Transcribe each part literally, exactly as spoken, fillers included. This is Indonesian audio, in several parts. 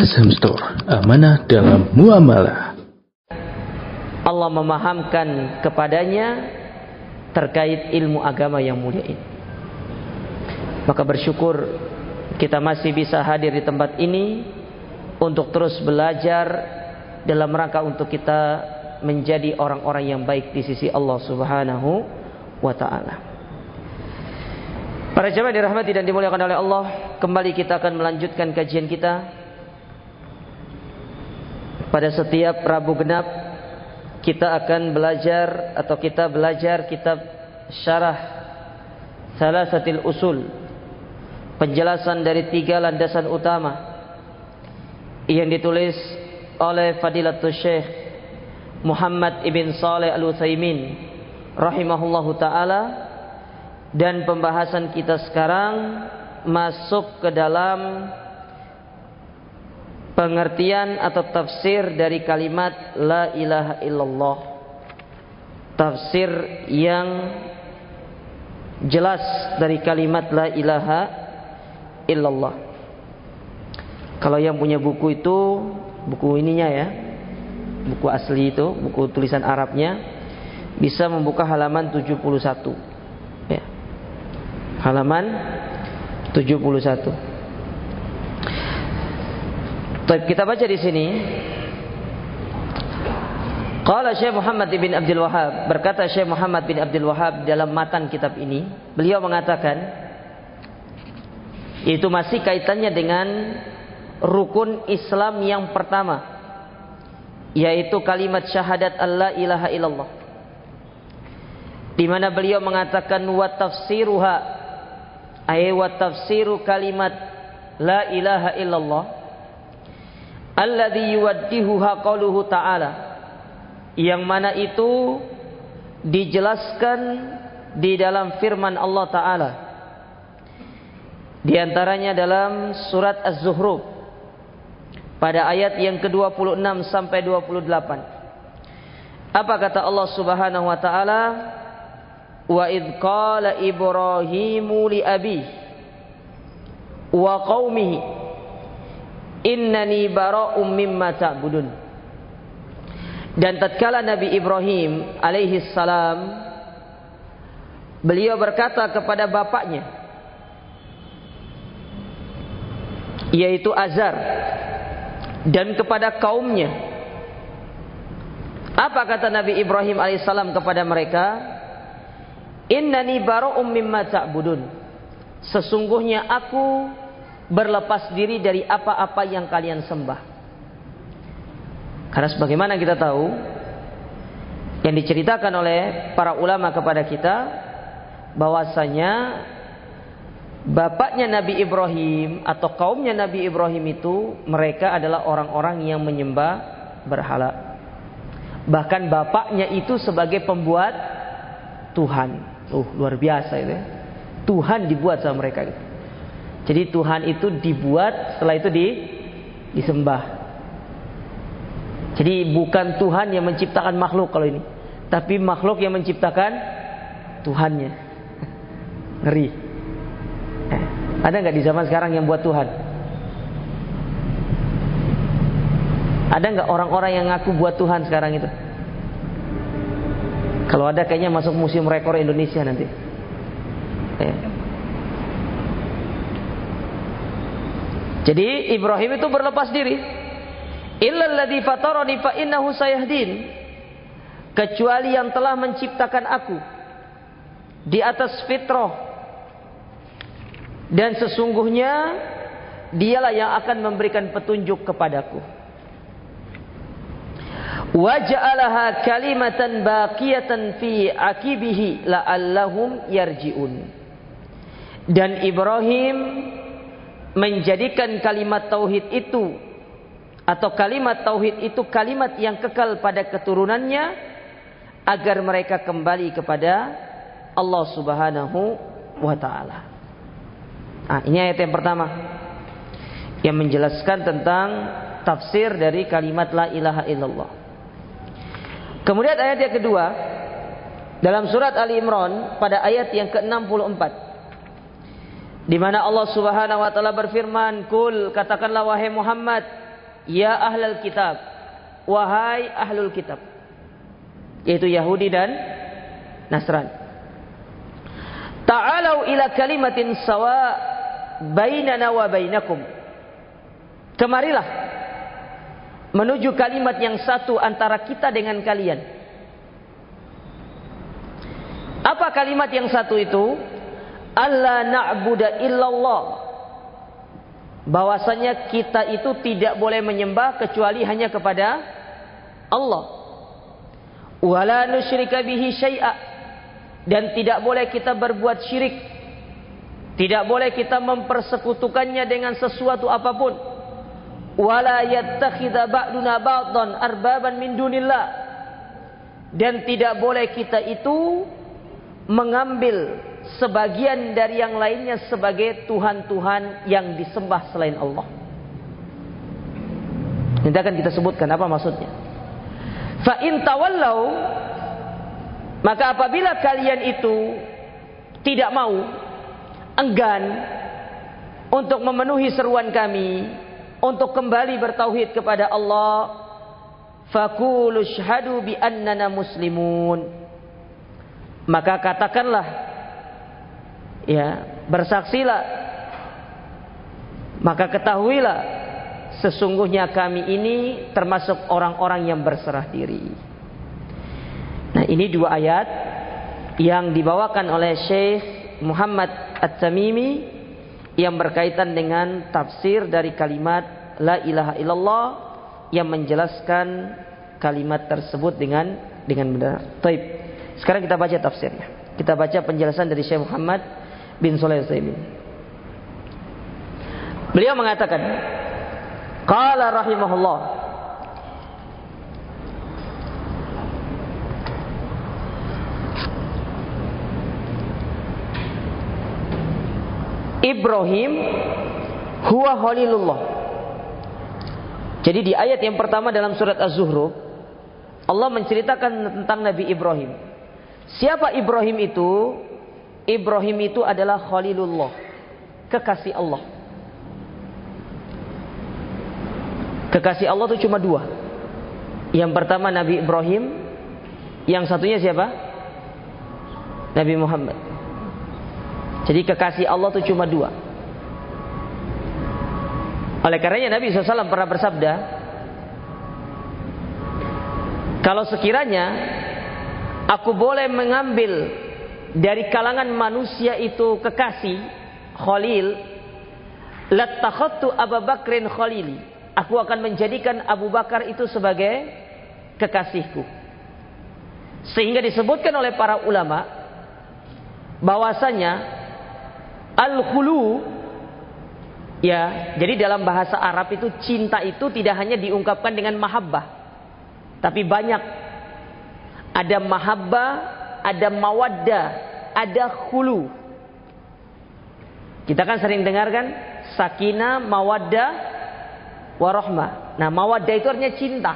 Azham Store, amanah dalam muamalah. Allah memahamkan kepadanya terkait ilmu agama yang mulia ini. Maka bersyukur kita masih bisa hadir di tempat ini untuk terus belajar dalam rangka untuk kita menjadi orang-orang yang baik di sisi Allah Subhanahu wa ta'ala. Para jemaah dirahmati dan dimuliakan oleh Allah, kembali kita akan melanjutkan kajian kita. Pada setiap Rabu genap kita akan belajar atau kita belajar kitab Syarah Salasatil Usul, penjelasan dari tiga landasan utama yang ditulis oleh Fadilatul Syekh Muhammad ibn Saleh Al-Utsaimin rahimahullahu ta'ala. Dan pembahasan kita sekarang masuk ke dalam pengertian atau tafsir dari kalimat La ilaha illallah. Tafsir yang jelas dari kalimat La ilaha illallah. Kalau yang punya buku itu, buku ininya ya, buku asli itu, buku tulisan Arabnya, bisa membuka halaman tujuh puluh satu ya. Halaman tujuh puluh satu. Kita baca di sini. Qala Syekh Muhammad bin Abdul Wahhab, berkata Syekh Muhammad bin Abdul Wahhab dalam matan kitab ini, beliau mengatakan, itu masih kaitannya dengan rukun Islam yang pertama, yaitu kalimat syahadat alla ilaha illallah, di mana beliau mengatakan wa tafsiruha, ay wa tafsiru kalimat la ilaha illallah alladhi yuwaddihuha qauluhu ta'ala, yang mana itu dijelaskan di dalam firman Allah Ta'ala, di antaranya dalam surat Az-Zukhruf pada ayat yang ke dua puluh enam sampai dua puluh delapan. Apa kata Allah Subhanahu wa ta'ala? Wa idh qala Ibrahimu li abi wa qaumihi innani bara'um mimma ta'budun. Dan tatkala Nabi Ibrahim alaihi salam, beliau berkata kepada bapaknya, yaitu Azar, dan kepada kaumnya. Apa kata Nabi Ibrahim alaihissalam kepada mereka? Innani bara'um mimma ta'budun. Sesungguhnya aku berlepas diri dari apa-apa yang kalian sembah. Karena sebagaimana kita tahu, yang diceritakan oleh para ulama kepada kita, bahwasanya bapaknya Nabi Ibrahim atau kaumnya Nabi Ibrahim itu, mereka adalah orang-orang yang menyembah berhala. Bahkan bapaknya itu sebagai pembuat Tuhan. Uh, luar biasa itu. Tuhan dibuat sama mereka itu. Jadi Tuhan itu dibuat, setelah itu di, disembah. Jadi bukan Tuhan yang menciptakan makhluk kalau ini, tapi makhluk yang menciptakan Tuhannya. Ngeri. Eh, ada nggak di zaman sekarang yang buat Tuhan? Ada nggak orang-orang yang ngaku buat Tuhan sekarang itu? Kalau ada kayaknya masuk museum rekor Indonesia nanti. Eh. Jadi Ibrahim itu berlepas diri. Illal ladzi fatarani fa innahu sayahdin. Kecuali yang telah menciptakan aku di atas fitrah, dan sesungguhnya dialah yang akan memberikan petunjuk kepadaku. Wa ja'alaha kalimatan baqiyatan fi aqibihi la'allahum yarji'un. Dan Ibrahim menjadikan kalimat tauhid itu, atau kalimat tauhid itu kalimat yang kekal pada keturunannya, agar mereka kembali kepada Allah Subhanahu wa ta'ala. Nah, ini ayat yang pertama yang menjelaskan tentang tafsir dari kalimat la ilaha illallah. Kemudian ayat yang kedua dalam surat Ali Imran pada ayat yang ke enam puluh empat, di mana Allah Subhanahu wa taala berfirman, "Qul," katakanlah wahai Muhammad, ya ahlal kitab, wahai ahlul kitab, yaitu Yahudi dan Nasrani. Ta'alau ila kalimatin sawa bainana wa bainakum. Kemarilah menuju kalimat yang satu antara kita dengan kalian. Apa kalimat yang satu itu? Alla na'budu illallah. Bahwasanya kita itu tidak boleh menyembah kecuali hanya kepada Allah. Wala nusyrika bihi syai'a. Dan tidak boleh kita berbuat syirik. Tidak boleh kita mempersekutukannya dengan sesuatu apapun. Wala yattakhidha ba'duna ba'dan arbaban min dunillah. Dan tidak boleh kita itu mengambil sebagian dari yang lainnya sebagai Tuhan-Tuhan yang disembah selain Allah. Nanti akan kita sebutkan apa maksudnya. Fa in tawallau, maka apabila kalian itu tidak mau, enggan untuk memenuhi seruan kami untuk kembali bertauhid kepada Allah, faqulu syhadu bi annana muslimun. Maka katakanlah, ya, bersaksilah, maka ketahuilah sesungguhnya kami ini termasuk orang-orang yang berserah diri. Nah, ini dua ayat yang dibawakan oleh Syekh Muhammad At-Tamimi yang berkaitan dengan tafsir dari kalimat la ilaha illallah yang menjelaskan kalimat tersebut dengan dengan benar. Taib. Sekarang kita baca tafsirnya. Kita baca penjelasan dari Syekh Muhammad bin Shalih Al-Utsaimin. Beliau mengatakan, qala rahimahullah, Ibrahim huwa khalilullah. Jadi di ayat yang pertama dalam surat Az-Zuhruf, Allah menceritakan tentang Nabi Ibrahim. Siapa Ibrahim itu? Ibrahim itu adalah khalilullah, kekasih Allah. Kekasih Allah itu cuma dua. Yang pertama Nabi Ibrahim, yang satunya siapa? Nabi Muhammad. Jadi kekasih Allah itu cuma dua. Oleh karenanya Nabi shallallahu alaihi wasallam pernah bersabda, kalau sekiranya aku boleh mengambil dari kalangan manusia itu kekasih, khalil, lattakhadtu Abu Bakrin khalili. Aku akan menjadikan Abu Bakar itu sebagai kekasihku. Sehingga disebutkan oleh para ulama bahwasanya al-khulu, ya, jadi dalam bahasa Arab itu cinta itu tidak hanya diungkapkan dengan mahabbah, tapi banyak. Ada mahabbah, ada mawaddah, ada khulu. Kita kan sering dengarkan sakinah, mawaddah, warahmah. Nah, mawaddah itu artinya cinta.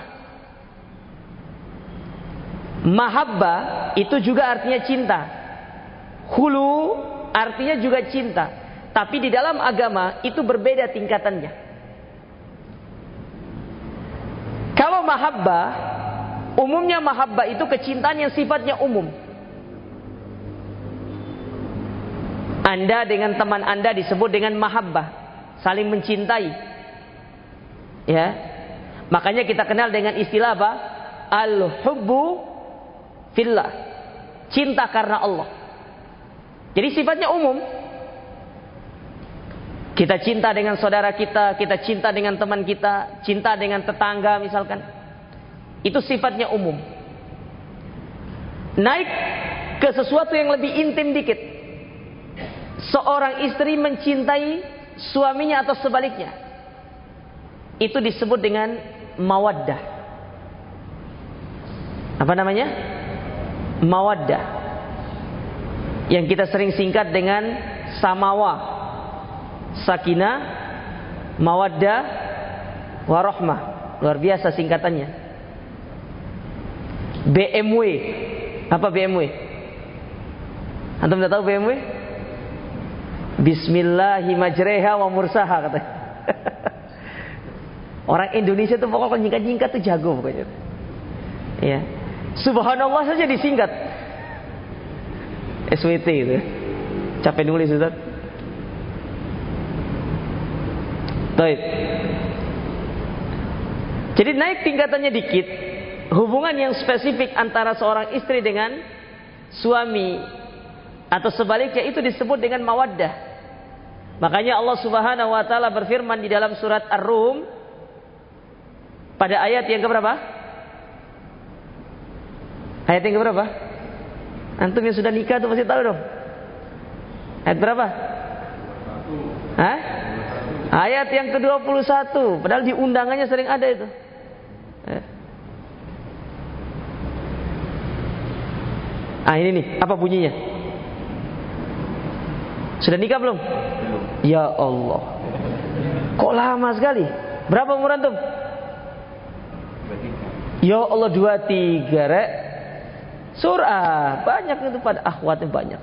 Mahabbah itu juga artinya cinta. Khulu artinya juga cinta. Tapi di dalam agama itu berbeda tingkatannya. Kalau mahabbah, umumnya mahabbah itu kecintaan yang sifatnya umum. Anda dengan teman Anda disebut dengan mahabbah, saling mencintai. Ya. Makanya kita kenal dengan istilah apa? Al-hubbu fillah. Cinta karena Allah. Jadi sifatnya umum. Kita cinta dengan saudara kita, kita cinta dengan teman kita, cinta dengan tetangga misalkan. Itu sifatnya umum. Naik ke sesuatu yang lebih intim dikit. Seorang istri mencintai suaminya atau sebaliknya. Itu disebut dengan mawaddah. Apa namanya? Mawaddah. Yang kita sering singkat dengan samawa. Sakinah, mawaddah, warahmah. Luar biasa singkatannya. B M W. Apa B M W? Antum tidak tahu B M W? Bismillahi majreha wa mursaha katanya. Orang Indonesia tuh pokoknya nyingkat-nyingkat tuh jago pokoknya. Ya. Subhanallah saja disingkat. S W T itu. Capek nulis Ustaz. Baik. Jadi naik tingkatannya dikit. Hubungan yang spesifik antara seorang istri dengan suami atau sebaliknya itu disebut dengan mawaddah. Makanya Allah Subhanahu wa taala berfirman di dalam surat Ar-Rum pada ayat yang keberapa? Ayat yang keberapa? Antum yang sudah nikah tuh pasti tahu dong. Ayat berapa? Hah? Ayat yang ke dua puluh satu. Padahal di undangannya sering ada itu. Eh. Ah ini nih, apa bunyinya? Sudah nikah belum? Belum. Ya Allah. Kok lama sekali? Berapa umur antum? Ya Allah dua tiga rek. Surah banyak itu pada akhwatnya banyak.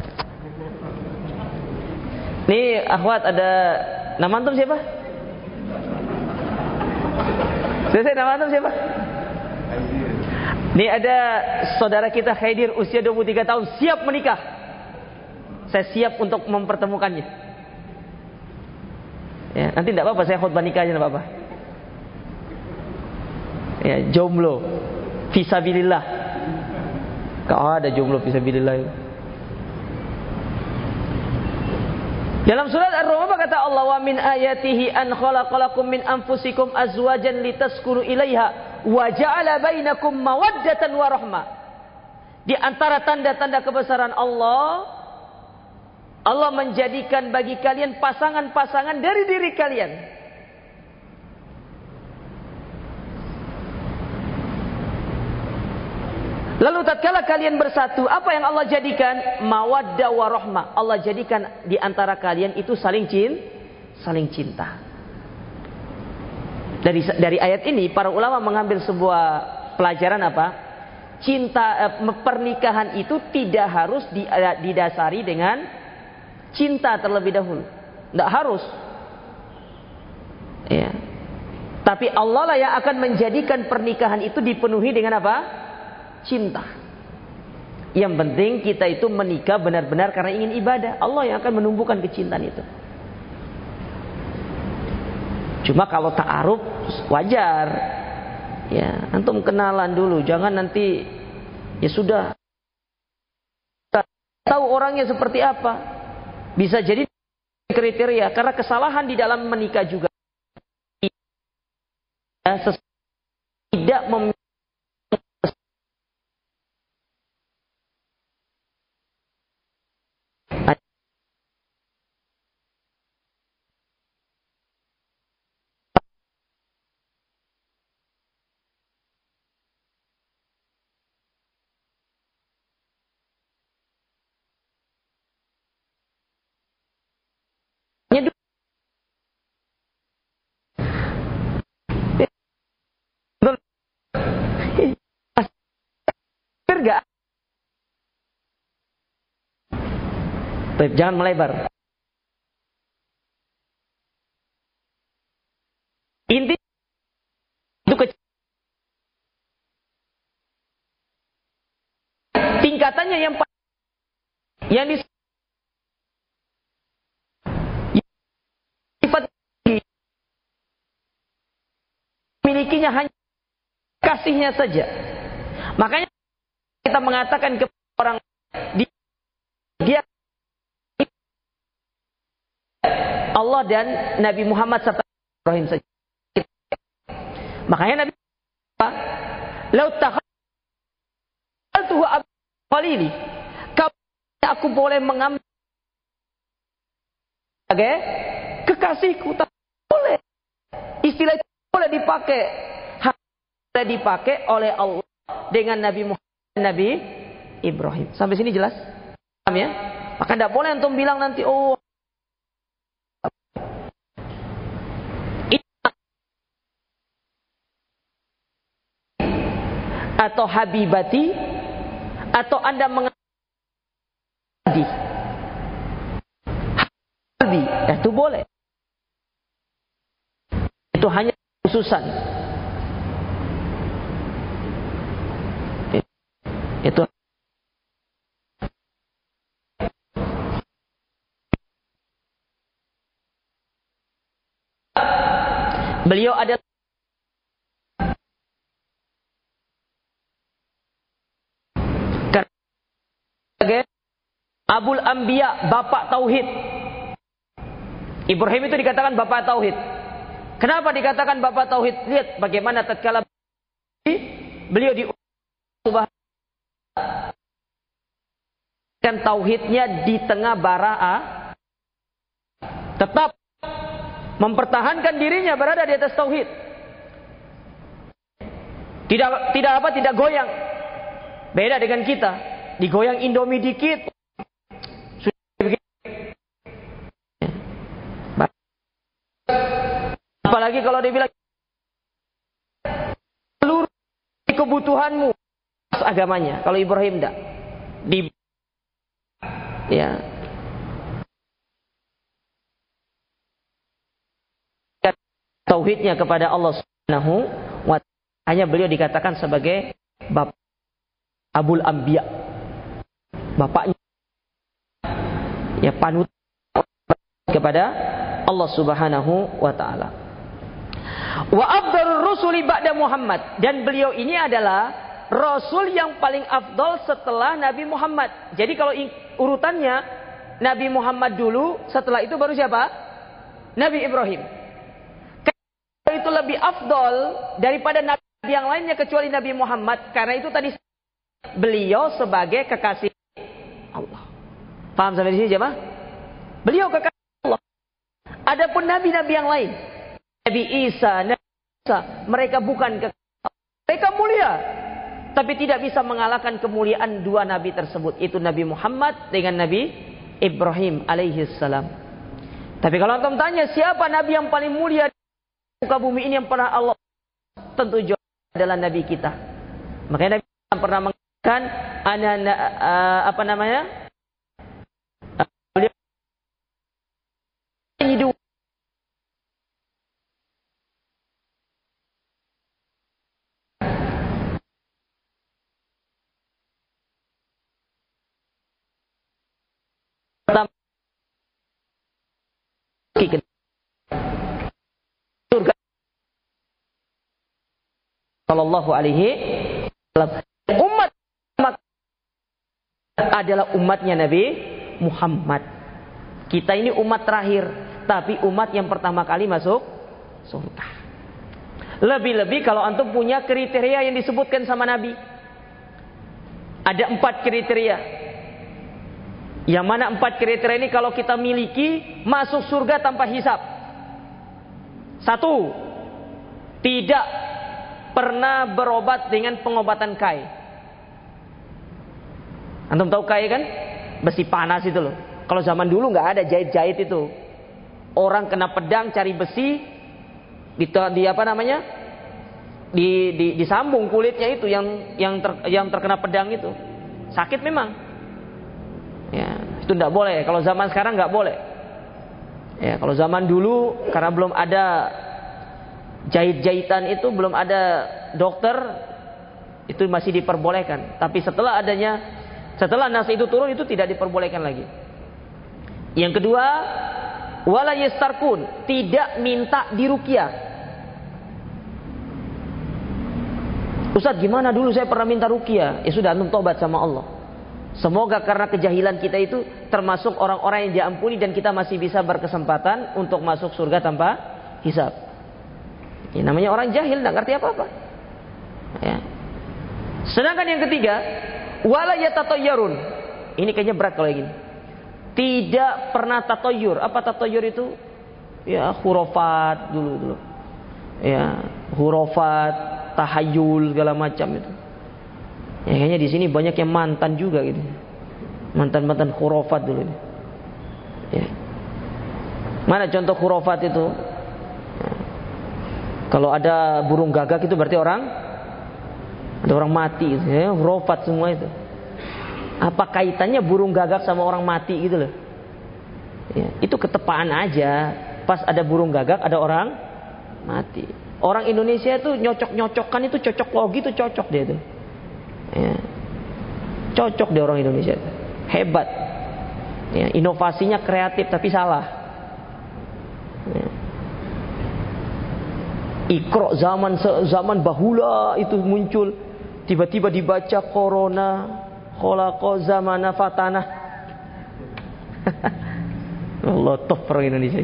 Nih akhwat ada nama antum siapa? Selesai nama antum siapa? Nih ada saudara kita Khaidir usia dua puluh tiga tahun siap menikah. Saya siap untuk mempertemukannya. Ya, nanti tidak apa-apa saya khutbah nikahnya tidak apa-apa. Ya, jomblo fisabilillah. Kau ada jomblo fisabilillah. Dalam surat Ar-Rum kata Allah wa min ayatihi an khalaqalakum min anfusikum azwajan litaskunu ilaiha wa ja'ala bainakum mawaddatan wa rahmah. Di antara tanda-tanda kebesaran Allah, Allah menjadikan bagi kalian pasangan-pasangan dari diri kalian. Lalu tatkala kalian bersatu, apa yang Allah jadikan? Mawaddah wa rahmah. Allah jadikan di antara kalian itu saling cinta, saling cinta. Dari dari ayat ini para ulama mengambil sebuah pelajaran apa? Cinta eh, pernikahan itu tidak harus didasari dengan cinta terlebih dahulu. Tidak harus. Ya. Tapi Allah lah yang akan menjadikan pernikahan itu dipenuhi dengan apa? Cinta. Yang penting kita itu menikah benar-benar karena ingin ibadah. Allah yang akan menumbuhkan kecintaan itu. Cuma kalau ta'aruf wajar. Ya, antum kenalan dulu, jangan nanti ya sudah tahu orangnya seperti apa. Bisa jadi kriteria karena kesalahan di dalam menikah juga tidak mem enggak. Baik, jangan melebar. Inti itu kecil. Tingkatannya yang yang di sifat milikinya hanya kasihnya saja. Makanya kita mengatakan kepada orang dia Allah dan Nabi Muhammad serta Ibrahim saja. Makanya Nabi Lau takhaltuhu khalili, kalau aku boleh mengambil sebagai kekasihku, tak boleh. Istilah itu boleh dipakai, hanya dipakai oleh Allah dengan Nabi Muhammad. Nabi Ibrahim. Sampai sini jelas? Paham ya? Maka tidak boleh antum bilang nanti oh atau habibati atau Anda mengerti ya, itu boleh. Itu hanya khususan. Itu beliau adalah Abul Anbiya, bapak tauhid. Ibrahim itu dikatakan bapak tauhid. Kenapa dikatakan bapak tauhid? Lihat bagaimana tatkala beliau diubah kan tauhidnya di tengah bara, tetap mempertahankan dirinya berada di atas tauhid. Tidak tidak apa tidak goyang. Beda dengan kita, digoyang Indomie dikit. Apalagi kalau dia bilang seluruh kebutuhanmu agamanya. Kalau Ibrahim enggak. Di ya. Tauhidnya kepada Allah Subhanahu wa taala. Hanya beliau dikatakan sebagai bapak Abul Anbiya. Bapaknya ya panut kepada Allah Subhanahu wa taala. Wa afdalur rusuli ba'da Muhammad, dan beliau ini adalah rasul yang paling afdal setelah Nabi Muhammad. Jadi kalau urutannya Nabi Muhammad dulu, setelah itu baru siapa? Nabi Ibrahim. Karena itu lebih afdal daripada nabi yang lainnya kecuali Nabi Muhammad, karena itu tadi beliau sebagai kekasih Allah. Paham sampai di sini jemaah? Beliau kekasih Allah. Adapun nabi-nabi yang lain, Nabi Isa, Nabi Isa, mereka bukan kekasih. Mereka mulia, tapi tidak bisa mengalahkan kemuliaan dua nabi tersebut, itu Nabi Muhammad dengan Nabi Ibrahim alaihi salam. Tapi kalau antum tanya siapa nabi yang paling mulia di muka bumi ini yang pernah Allah, tentu jawab adalah nabi kita. Makanya Nabi pernah mengatakan ana uh, apa namanya? Beliau hidup surga sallallahu alaihi wasallam. Umat adalah umatnya Nabi Muhammad. Kita ini umat terakhir, tapi umat yang pertama kali masuk surga. Lebih-lebih kalau antum punya kriteria yang disebutkan sama Nabi. Ada empat kriteria. Yang mana empat kriteria ini kalau kita miliki, masuk surga tanpa hisab. Satu, tidak pernah berobat dengan pengobatan kai. Antum tahu kai kan? Besi panas itu loh. Kalau zaman dulu nggak ada jahit-jahit itu. Orang kena pedang cari besi, di, di apa namanya? Di, di, disambung kulitnya itu yang yang ter, yang terkena pedang itu. Sakit memang. Ya, itu tidak boleh. Kalau zaman sekarang nggak boleh. Ya, kalau zaman dulu karena belum ada jahit-jahitan itu, belum ada dokter, itu masih diperbolehkan. Tapi setelah adanya, setelah nas itu turun, itu tidak diperbolehkan lagi. Yang kedua, wala yastarqun, tidak minta diruqyah. Ustaz, gimana dulu saya pernah minta ruqyah? Ya sudah, antum tobat sama Allah. Semoga karena kejahilan kita itu termasuk orang-orang yang diampuni dan kita masih bisa berkesempatan untuk masuk surga tanpa hisab. Ya, namanya orang jahil, tidak ngerti apa-apa. Ya. Sedangkan yang ketiga, wala yatatayyarun. Ini kayaknya berat kalau gini. Tidak pernah tatayyur. Apa tatayyur itu? Ya, hurufat dulu dulu. Ya, hurufat, tahayul segala macam itu. Ya, kayaknya di sini banyak yang mantan juga gitu. Mantan-mantan hurufat dulu. Ya. Mana contoh hurufat itu? Ya. Kalau ada burung gagak itu berarti orang ada orang mati gitu. Ya, hurufat semua itu. Apa kaitannya burung gagak sama orang mati gitu loh? Ya, itu ketepaan aja. Pas ada burung gagak ada orang mati. Orang Indonesia itu nyocok-nyocokan itu cocok logi itu cocok dia itu. Ya. Cocok dia orang Indonesia itu. Hebat. Ya, inovasinya kreatif tapi salah. Ya. Iqra zaman zaman bahula itu muncul, tiba-tiba dibaca corona, khalaqa zamana fatana. Allah top orang Indonesia.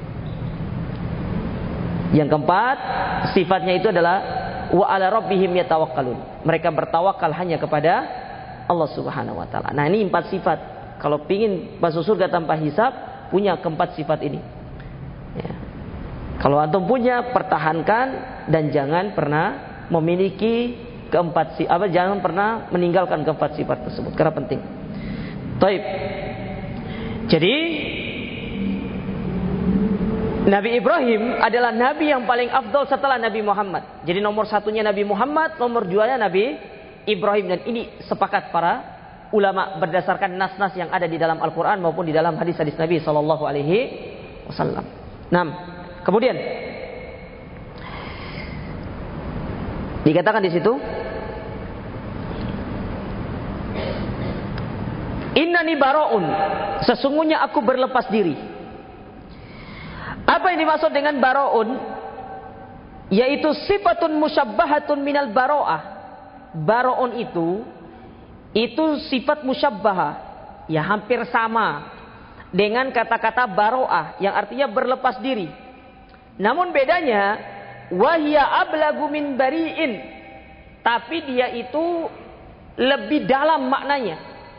Yang keempat, sifatnya itu adalah wa ala rabbihim yatawakkalun. Mereka bertawakal hanya kepada Allah Subhanahu wa taala. Nah, ini empat sifat. Kalau pingin masuk surga tanpa hisab, punya keempat sifat ini. Ya. Kalau antum punya, pertahankan dan jangan pernah memiliki keempat sifat, apa jangan pernah meninggalkan keempat sifat tersebut karena penting. Taib. Jadi Nabi Ibrahim adalah nabi yang paling afdal setelah Nabi Muhammad. Jadi nomor satunya Nabi Muhammad, nomor duanya Nabi Ibrahim, dan ini sepakat para ulama berdasarkan nas-nas yang ada di dalam Al-Quran maupun di dalam hadis-hadis Nabi Sallallahu Alaihi Wasallam. Nah, kemudian dikatakan di situ, Innani baro'un, sesungguhnya aku berlepas diri. Apa yang dimaksud dengan baro'un? Yaitu sifatun musyabbahatun minal baro'ah. Baro'un itu itu sifat musyabbaha, ya hampir sama dengan kata-kata baro'ah yang artinya berlepas diri. Namun bedanya wahya ablagu min bari'in, tapi dia itu lebih dalam maknanya.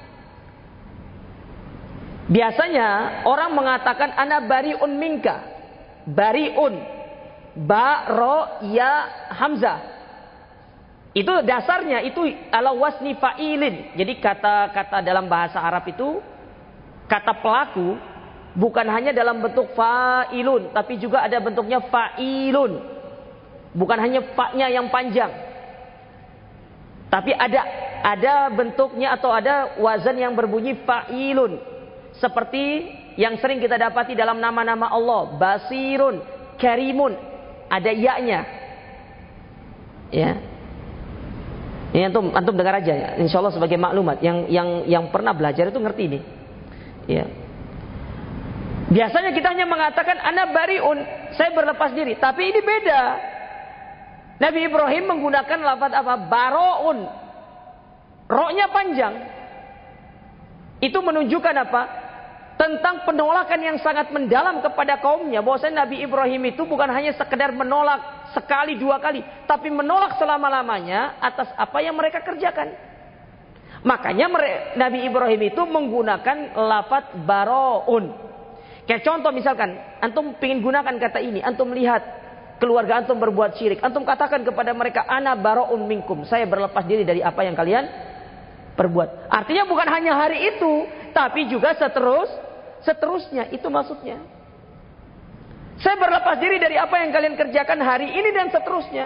Biasanya orang mengatakan ana bari'un minka. Bari'un, ba ro ya hamzah. Itu dasarnya itu ala wasni fa'ilin. Jadi kata-kata dalam bahasa Arab itu, kata pelaku bukan hanya dalam bentuk fa'ilun, tapi juga ada bentuknya fa'ilun. Bukan hanya fa-nya yang panjang, tapi ada ada bentuknya atau ada wazan yang berbunyi fa'ilun. Seperti yang sering kita dapati dalam nama-nama Allah, Basirun, Karimun, ada ya-nya. Ya. Ini antum antum dengar aja ya. Insyaallah sebagai maklumat, yang yang yang pernah belajar itu ngerti ini. Ya. Biasanya kita hanya mengatakan ana bariun, saya berlepas diri, tapi ini beda. Nabi Ibrahim menggunakan lafaz apa? Baroun. Ro-nya panjang. Itu menunjukkan apa? Tentang penolakan yang sangat mendalam kepada kaumnya. Bahwasanya Nabi Ibrahim itu bukan hanya sekedar menolak sekali dua kali, tapi menolak selama-lamanya atas apa yang mereka kerjakan. Makanya Nabi Ibrahim itu menggunakan lafaz baroun. Kayak contoh misalkan, antum ingin gunakan kata ini, antum lihat keluarga antum berbuat syirik, antum katakan kepada mereka, ana baroun minkum, saya berlepas diri dari apa yang kalian perbuat. Artinya bukan hanya hari itu, tapi juga seterus seterusnya. Itu maksudnya. Saya berlepas diri dari apa yang kalian kerjakan hari ini dan seterusnya.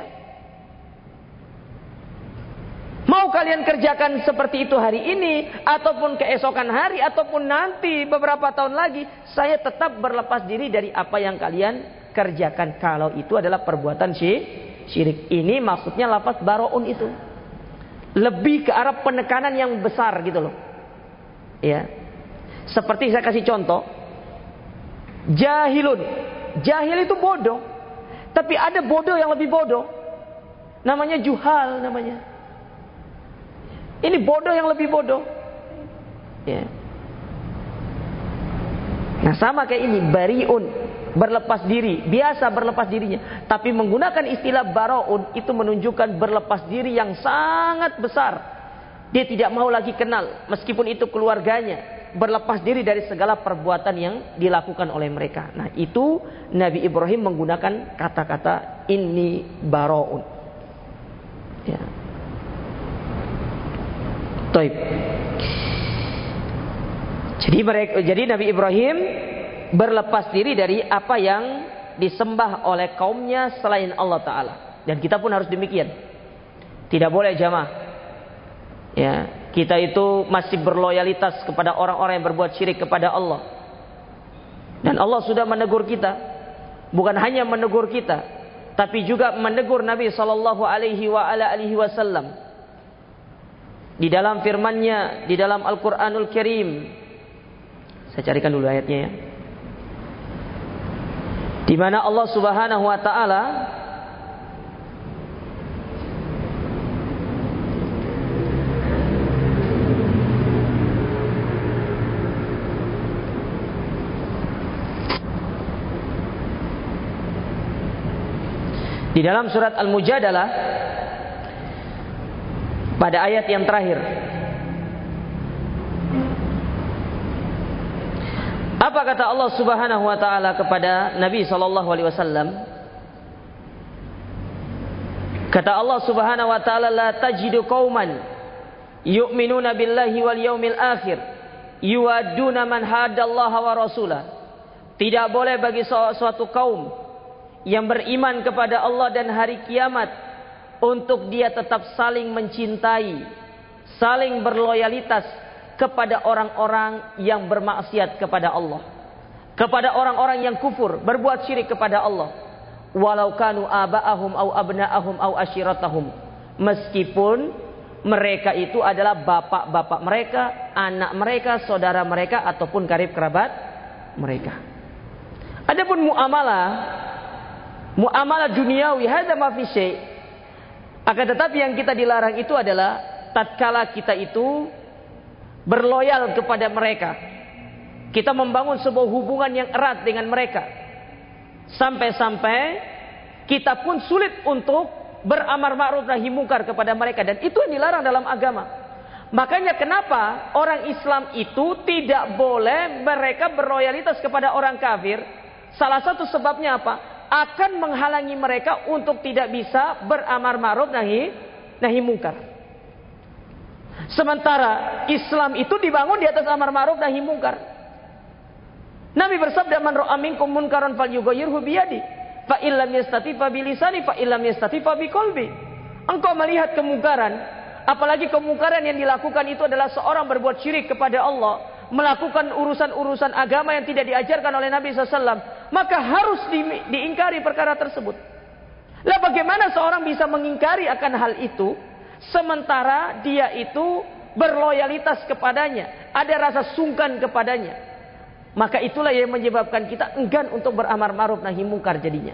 Mau kalian kerjakan seperti itu hari ini, ataupun keesokan hari, ataupun nanti beberapa tahun lagi, saya tetap berlepas diri dari apa yang kalian kerjakan. Kalau itu adalah perbuatan syirik. Ini maksudnya lafaz baroun itu. Lebih ke arah penekanan yang besar gitu loh. Ya. Seperti saya kasih contoh. Jahilun. Jahil itu bodoh. Tapi ada bodoh yang lebih bodoh. Namanya juhal namanya. Ini bodoh yang lebih bodoh. Ya. Nah sama kayak ini. Bariun. Berlepas diri, biasa berlepas dirinya. Tapi menggunakan istilah baroun itu menunjukkan berlepas diri yang sangat besar. Dia tidak mau lagi kenal, meskipun itu keluarganya. Berlepas diri dari segala perbuatan yang dilakukan oleh mereka. Nah itu Nabi Ibrahim menggunakan kata-kata inni baroun. Ya. Taib. Jadi mereka, jadi Nabi Ibrahim berlepas diri dari apa yang disembah oleh kaumnya selain Allah Ta'ala. Dan kita pun harus demikian. Tidak boleh jamaah. Ya, kita itu masih berloyalitas kepada orang-orang yang berbuat syirik kepada Allah. Dan Allah sudah menegur kita. Bukan hanya menegur kita, tapi juga menegur Nabi sallallahu alaihi wa ala alihi wasallam di dalam firman-Nya di dalam Al-Qur'anul Karim. Saya carikan dulu ayatnya ya. Di mana Allah Subhanahu wa taala di dalam surat Al-Mujadalah pada ayat yang terakhir. Apa kata Allah Subhanahu wa taala kepada Nabi sallallahu alaihi wasallam? Kata Allah Subhanahu wa taala, la tajidu qauman yu'minuna billahi wal yaumil akhir yuwadduna man haddallaha wa rasulah. Tidak boleh bagi suatu kaum yang beriman kepada Allah dan hari kiamat untuk dia tetap saling mencintai, saling berloyalitas kepada orang-orang yang bermaksiat kepada Allah, kepada orang-orang yang kufur, berbuat syirik kepada Allah. Walau kanu aba'ahum au abna'ahum au asyiratahum, meskipun mereka itu adalah bapak-bapak mereka, anak mereka, saudara mereka, ataupun karib kerabat mereka. Adapun muamalah, muamalah duniawi, hadza ma fi syai'. Akan tetapi yang kita dilarang itu adalah tatkala kita itu berloyal kepada mereka, kita membangun sebuah hubungan yang erat dengan mereka, sampai-sampai kita pun sulit untuk beramar ma'ruf nahi mungkar kepada mereka, dan itu yang dilarang dalam agama. Makanya kenapa orang Islam itu tidak boleh mereka berloyalitas kepada orang kafir? Salah satu sebabnya apa? Akan menghalangi mereka untuk tidak bisa beramar ma'ruf nahi nahi mungkar. Sementara Islam itu dibangun di atas amar ma'ruf nahi mungkar. Nabi bersabda, man ra'a minkum munkaran falyughayyirhu biyadi, fa illam yastati fa bilisani, fa illam yastati fa biqalbi. Engkau melihat kemungkaran, apalagi kemungkaran yang dilakukan itu adalah seorang berbuat syirik kepada Allah, melakukan urusan-urusan agama yang tidak diajarkan oleh Nabi sallallahu alaihi wasallam, maka harus di, diingkari perkara tersebut. Lah bagaimana seorang bisa mengingkari akan hal itu sementara dia itu berloyalitas kepadanya, ada rasa sungkan kepadanya? Maka itulah yang menyebabkan kita enggan untuk beramar ma'ruf nahi mungkar jadinya.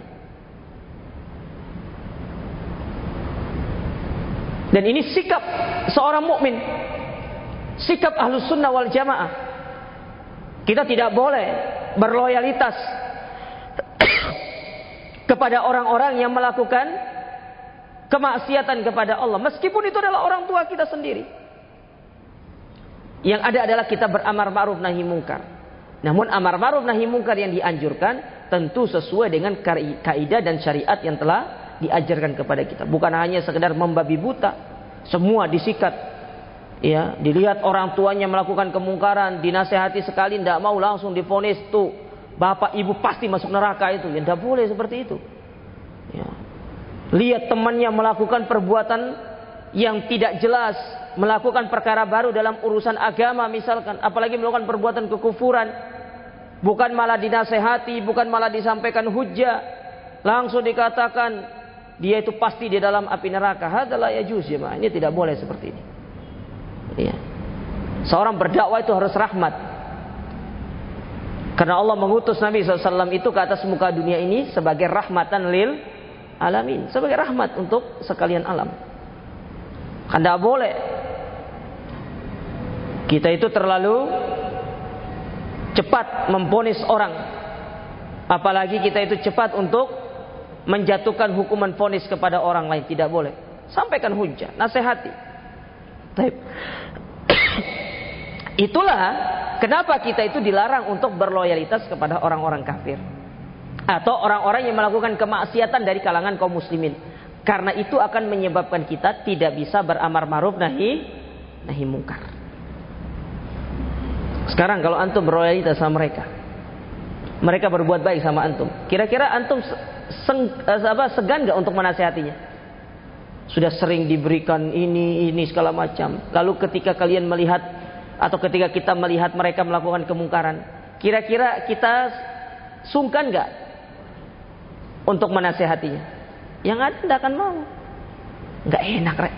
Dan ini sikap seorang mukmin, sikap ahlus sunnah wal jamaah. Kita tidak boleh berloyalitas kepada orang-orang yang melakukan kemaksiatan kepada Allah, meskipun itu adalah orang tua kita sendiri. Yang ada adalah kita beramar ma'ruf nahi mungkar. Namun amar ma'ruf nahi mungkar yang dianjurkan tentu sesuai dengan kaidah dan syariat yang telah diajarkan kepada kita. Bukan hanya sekedar membabi buta, semua disikat. Ya, dilihat orang tuanya melakukan kemungkaran, dinasehati sekali tidak mau, langsung divonis tuh bapak ibu pasti masuk neraka itu. Ya tidak boleh seperti itu. Ya. Lihat temannya melakukan perbuatan yang tidak jelas, melakukan perkara baru dalam urusan agama misalkan, apalagi melakukan perbuatan kekufuran, bukan malah dinasehati, bukan malah disampaikan hujjah, langsung dikatakan dia itu pasti di dalam api neraka. Hadza la yajuz ya, ini tidak boleh seperti ini. Ya. Seorang berdakwah itu harus rahmat, karena Allah mengutus Nabi shallallahu alaihi wasallam itu ke atas muka dunia ini sebagai rahmatan lil alamin, sebagai rahmat untuk sekalian alam. Kan tidak boleh kita itu terlalu cepat memvonis orang, apalagi kita itu cepat untuk menjatuhkan hukuman vonis kepada orang lain. Tidak boleh. Sampaikan hujjah, nasihati. Baik. Itulah kenapa kita itu dilarang untuk berloyalitas kepada orang-orang kafir atau orang-orang yang melakukan kemaksiatan dari kalangan kaum muslimin. Karena itu akan menyebabkan kita tidak bisa beramar ma'ruf nahi nahi mungkar. Sekarang kalau antum berloyalitas sama mereka, mereka berbuat baik sama antum, kira-kira antum seng, apa, segan gak untuk menasihatinya? Sudah sering diberikan ini ini segala macam, lalu ketika kalian melihat atau ketika kita melihat mereka melakukan kemungkaran, kira-kira kita sungkan gak untuk menasihatinya? Yang ada tidak akan mau. Nggak enak, Rek.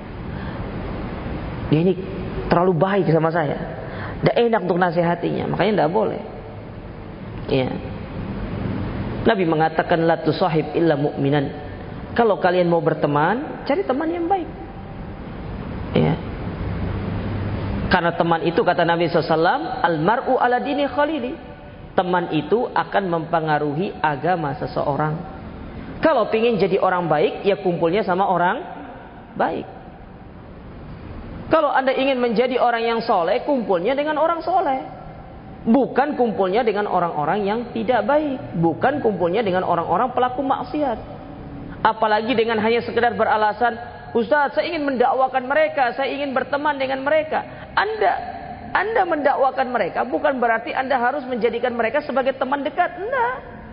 Dia ini terlalu baik sama saya. Nggak enak untuk nasihatinya, makanya nggak boleh. Ya. Nabi mengatakan la tusahib illa mu'minan. Kalau kalian mau berteman, cari teman yang baik. Ya. Karena teman itu kata Nabi shallallahu alaihi wasallam, al-mar'u ala dini khalili. Teman itu akan mempengaruhi agama seseorang. Kalau ingin jadi orang baik, ya kumpulnya sama orang baik. Kalau Anda ingin menjadi orang yang soleh, kumpulnya dengan orang soleh. Bukan kumpulnya dengan orang-orang yang tidak baik. Bukan kumpulnya dengan orang-orang pelaku maksiat. Apalagi dengan hanya sekedar beralasan, Ustaz, saya ingin mendakwakan mereka, saya ingin berteman dengan mereka. Anda Anda mendakwakan mereka bukan berarti Anda harus menjadikan mereka sebagai teman dekat. Enggak.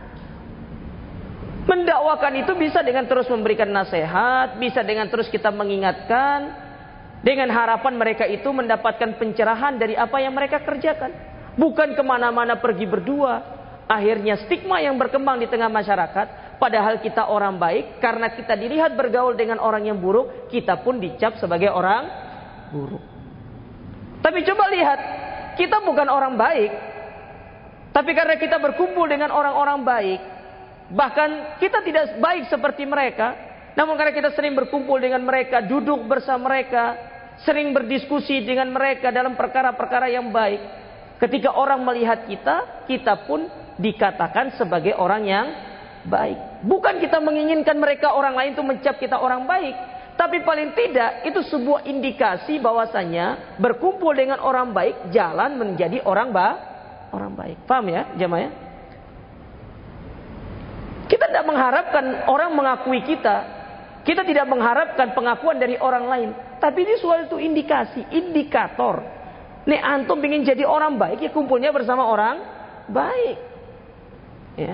Mendakwakan itu bisa dengan terus memberikan nasihat, bisa dengan terus kita mengingatkan, dengan harapan mereka itu mendapatkan pencerahan dari apa yang mereka kerjakan. Bukan kemana-mana pergi berdua. Akhirnya stigma yang berkembang di tengah masyarakat, padahal kita orang baik, karena kita dilihat bergaul dengan orang yang buruk, kita pun dicap sebagai orang buruk. Tapi coba lihat, kita bukan orang baik, tapi karena kita berkumpul dengan orang-orang baik, bahkan kita tidak baik seperti mereka, namun karena kita sering berkumpul dengan mereka, duduk bersama mereka, sering berdiskusi dengan mereka dalam perkara-perkara yang baik, ketika orang melihat kita, kita pun dikatakan sebagai orang yang baik. Bukan kita menginginkan mereka orang lain itu mencap kita orang baik, tapi paling tidak itu sebuah indikasi bahwasanya berkumpul dengan orang baik jalan menjadi orang ba orang baik. Paham ya, jemaah? Kita tidak mengharapkan orang mengakui kita. Kita tidak mengharapkan pengakuan dari orang lain, tapi ini suatu indikasi, indikator. Nih antum ingin jadi orang baik, ya kumpulnya bersama orang baik. Ya.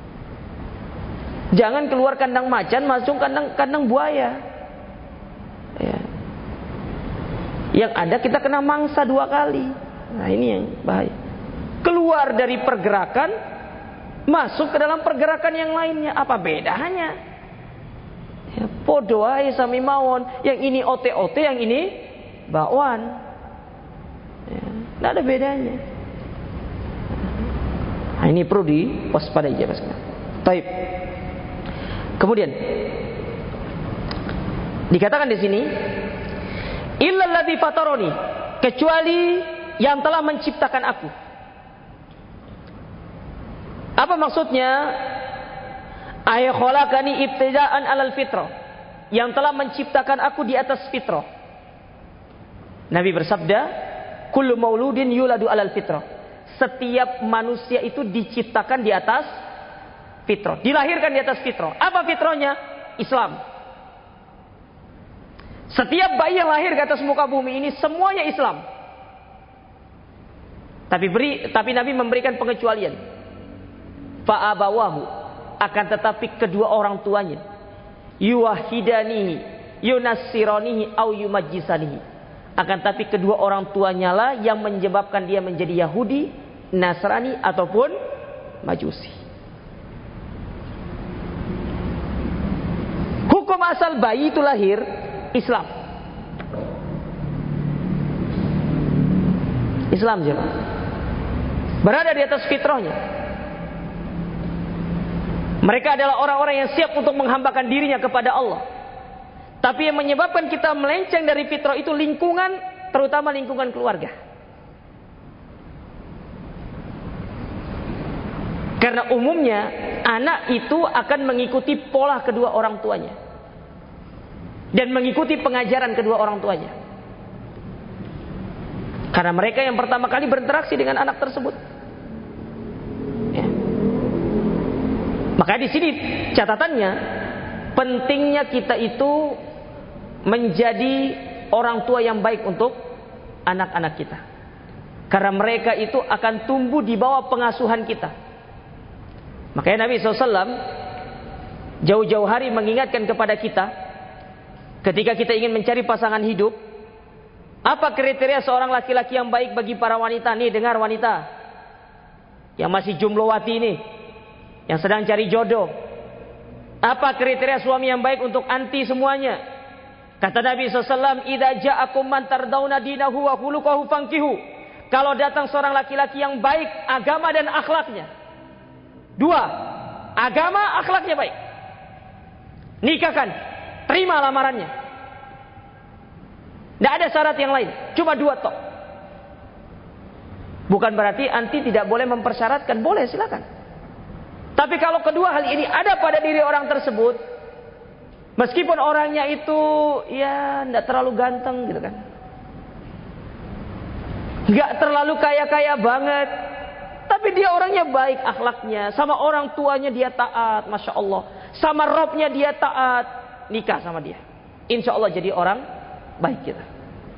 Jangan keluar kandang macan masuk kandang kandang buaya. Ya. Yang ada kita kena mangsa dua kali. Nah ini yang bahaya. Keluar dari pergerakan masuk ke dalam pergerakan yang lainnya. Apa bedanya? Ya, podo ae sami mawon. Yang ini O T O T, yang ini bakwan. Ya, nggak ada bedanya. Nah, ini perlu diwaspadai ya Mas. Baik. Kemudian dikatakan di sini, illal ladzi fataroni, kecuali yang telah menciptakan aku. Apa maksudnya? Ay khalaqani ibtida'an 'alal fitrah, yang telah menciptakan aku di atas fitrah. Nabi bersabda, kullu mauludin yuladu 'alal fitrah. Setiap manusia itu diciptakan di atas fitrah, dilahirkan di atas fitrah. Apa fitrahnya? Islam. Setiap bayi yang lahir ke atas muka bumi ini semuanya Islam. Tapi beri, tapi Nabi memberikan pengecualian. Fa'abawahu, akan tetapi kedua orang tuanya, yuwahidanihi, yunassiranihi, au yumajjisanihi. Akan tapi kedua orang tuanya lah yang menyebabkan dia menjadi Yahudi, Nasrani ataupun Majusi. Hukum asal bayi itu lahir Islam. Islam jemaah. Berada di atas fitrahnya. Mereka adalah orang-orang yang siap untuk menghambakan dirinya kepada Allah. Tapi yang menyebabkan kita melenceng dari fitrah itu lingkungan, terutama lingkungan keluarga. Karena umumnya anak itu akan mengikuti pola kedua orang tuanya dan mengikuti pengajaran kedua orang tuanya. Karena mereka yang pertama kali berinteraksi dengan anak tersebut. Ya. Maka di sini catatannya, pentingnya kita itu menjadi orang tua yang baik untuk anak-anak kita. Karena mereka itu akan tumbuh di bawah pengasuhan kita. Makanya Nabi shallallahu alaihi wasallam jauh-jauh hari mengingatkan kepada kita, ketika kita ingin mencari pasangan hidup, apa kriteria seorang laki-laki yang baik bagi para wanita? Nih dengar wanita yang masih jumlowati ini, yang sedang cari jodoh. Apa kriteria suami yang baik untuk anti semuanya? Kata Nabi shallallahu alaihi wasallam, "Idza ja'akum man tardawna dinahu wa khuluquhu fankihu." Kalau datang seorang laki-laki yang baik agama dan akhlaknya. Dua, agama, akhlaknya baik. Nikahkan, terima lamarannya. Tidak ada syarat yang lain, cuma dua tok. Bukan berarti anti tidak boleh mempersyaratkan, boleh silakan. Tapi kalau kedua hal ini ada pada diri orang tersebut, meskipun orangnya itu ya tidak terlalu ganteng gitu kan, nggak terlalu kaya-kaya banget, tapi dia orangnya baik akhlaknya, sama orang tuanya dia taat, masya Allah, sama Robnya dia taat, nikah sama dia, insya Allah jadi orang baik kita.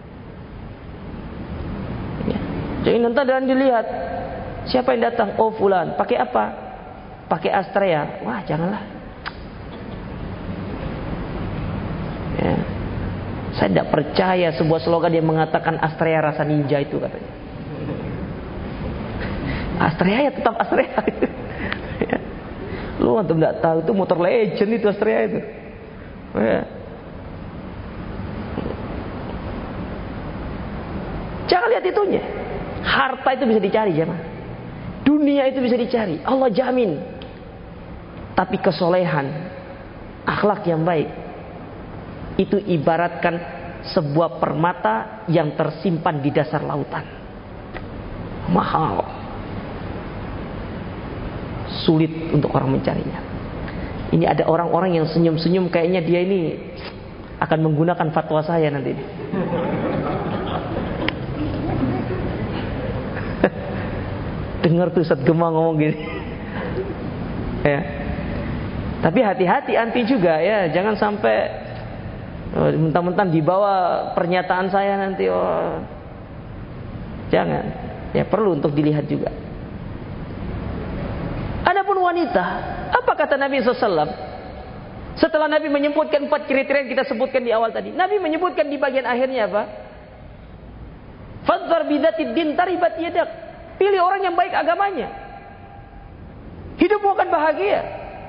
Ya. Jadi nanti dan dilihat siapa yang datang, oh fulan, pakai apa? Pakai Astrea, wah janganlah. Ya. Saya tidak percaya sebuah slogan yang mengatakan Astrea rasa ninja itu katanya. Astrea ya tetap Astrea. Ya. Lu antum tidak tahu itu motor legend itu Astrea itu. Ya. Jangan lihat itunya. Harta itu bisa dicari jemaah. Dunia itu bisa dicari. Allah jamin. Tapi kesolehan, akhlak yang baik, itu ibaratkan sebuah permata yang tersimpan di dasar lautan. Mahal. Sulit untuk orang mencarinya. Ini ada orang-orang yang senyum-senyum kayaknya dia ini akan menggunakan fatwa saya nanti. Dengar tuh Ustaz Gemang ngomong gini. Ya. Tapi hati-hati anti juga ya, jangan sampai oh, mentang-mentang dibawa pernyataan saya nanti. Oh. Jangan. Ya perlu untuk dilihat juga. Adapun wanita, apa kata Nabi shallallahu alaihi wasallam? Setelah Nabi menyebutkan empat kriteria yang kita sebutkan di awal tadi, Nabi menyebutkan di bagian akhirnya apa? Fadhar bidatid din taribat yadak. Pilih orang yang baik agamanya. Hidupmu akan bahagia.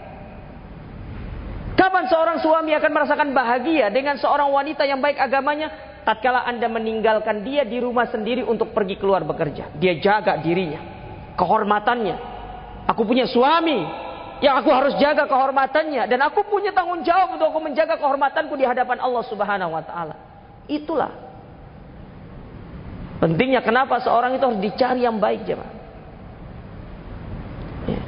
Kapan seorang suami akan merasakan bahagia dengan seorang wanita yang baik agamanya? Tatkala Anda meninggalkan dia di rumah sendiri untuk pergi keluar bekerja. Dia jaga dirinya, kehormatannya. Aku punya suami yang aku harus jaga kehormatannya, dan aku punya tanggung jawab untuk aku menjaga kehormatanku di hadapan Allah Subhanahu wa taala. Itulah pentingnya kenapa seorang itu harus dicari yang baik, jemaah. Ya.